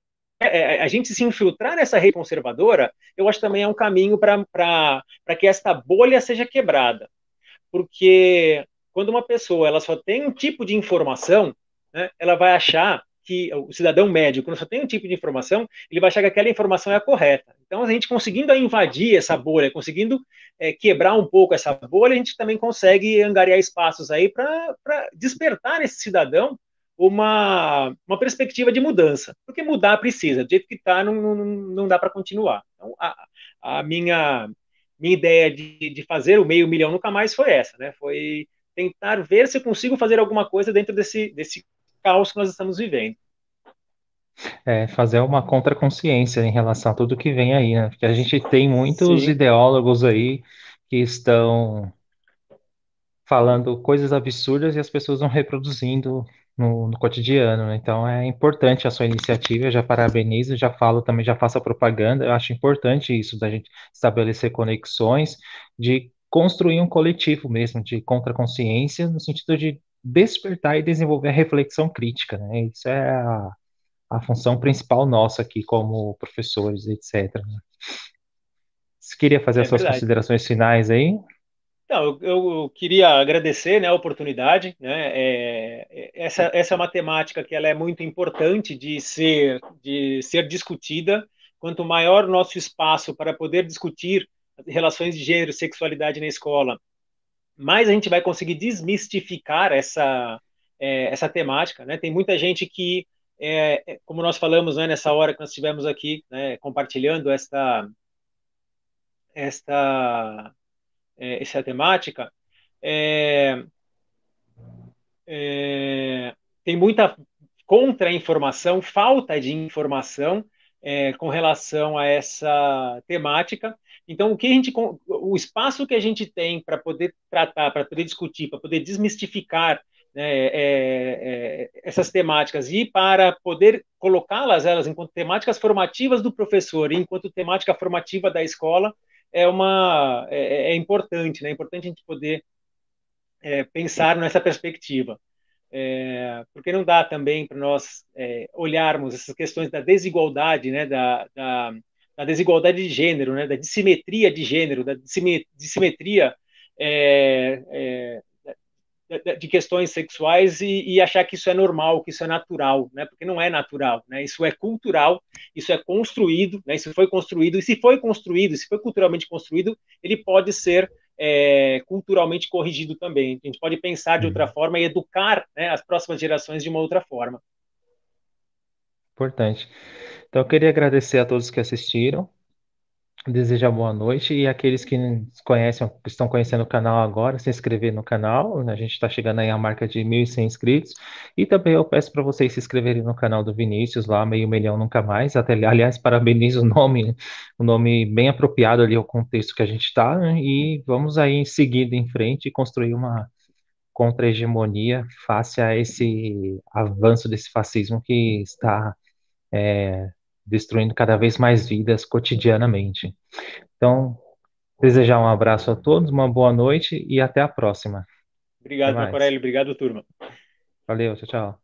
é, a gente se infiltrar nessa rede conservadora, eu acho também é um caminho para que esta bolha seja quebrada. Porque quando uma pessoa ela só tem um tipo de informação, né, ela vai achar que o cidadão médio, quando só tem um tipo de informação, ele vai achar que aquela informação é a correta. Então, a gente conseguindo invadir essa bolha, conseguindo é, quebrar um pouco essa bolha, a gente também consegue angariar espaços aí para despertar nesse cidadão uma, uma perspectiva de mudança. Porque mudar precisa, do jeito que está, não, não, não dá para continuar. Então, a, a minha, minha ideia de, de fazer o meio milhão nunca mais foi essa, né? Foi tentar ver se eu consigo fazer alguma coisa dentro desse, desse caos que nós estamos vivendo. É, fazer uma contraconsciência em relação a tudo que vem aí, né? Porque a gente tem muitos Sim, ideólogos aí que estão falando coisas absurdas e as pessoas vão reproduzindo no, no cotidiano, né? Então é importante a sua iniciativa, eu já parabenizo, já falo também, já faço a propaganda, eu acho importante isso da gente estabelecer conexões, de construir um coletivo mesmo, de contraconsciência, no sentido de despertar e desenvolver a reflexão crítica, né? Isso é a, a função principal nossa aqui como professores, etcétera, né? Você queria fazer é as suas verdade. considerações finais aí? Então, eu, eu queria agradecer, né, a oportunidade, né, é, é, essa, essa é uma temática que ela é muito importante de ser, de ser discutida. Quanto maior o nosso espaço para poder discutir relações de gênero e sexualidade na escola, mais a gente vai conseguir desmistificar essa, é, essa temática, né? Tem muita gente que, é, é, como nós falamos, né, nessa hora que nós estivemos aqui, né, compartilhando esta, esta, é, essa temática, é, é, tem muita contra-informação, falta de informação é, com relação a essa temática. Então, o que a gente, o espaço que a gente tem para poder tratar, para poder discutir, para poder desmistificar né, é, é, essas temáticas e para poder colocá-las elas enquanto temáticas formativas do professor e enquanto temática formativa da escola é uma é, é importante, né? É importante a gente poder é, pensar nessa perspectiva. É, porque não dá também para nós é, olharmos essas questões da desigualdade, né, da, da, da, desigualdade de gênero, né, da dissimetria de gênero, da dissimetria é, é, de questões sexuais e, e, achar que isso é normal, que isso é natural, né, porque não é natural, né, isso é cultural, isso é construído, né, isso foi construído, e se foi construído, se foi culturalmente construído, ele pode ser é, culturalmente corrigido também. A gente pode pensar de outra Hum, forma e educar né, as próximas gerações de uma outra forma. Importante. Então, eu queria agradecer a todos que assistiram, desejar boa noite e aqueles que conhecem, que estão conhecendo o canal agora, se inscrever no canal, né? A gente está chegando aí à marca de mil e cem inscritos. E também eu peço para vocês se inscreverem no canal do Vinícius, lá, Meio Milhão Nunca Mais. Até, aliás, parabenizo o nome, o nome bem apropriado ali ao contexto que a gente está, né? E vamos aí em seguida em frente e construir uma contra-hegemonia face a esse avanço desse fascismo que está destruindo cada vez mais vidas cotidianamente. Então, desejar um abraço a todos, uma boa noite e até a próxima. Até Obrigado, Marco mais. Aurélio. Obrigado, turma. Valeu, tchau, tchau.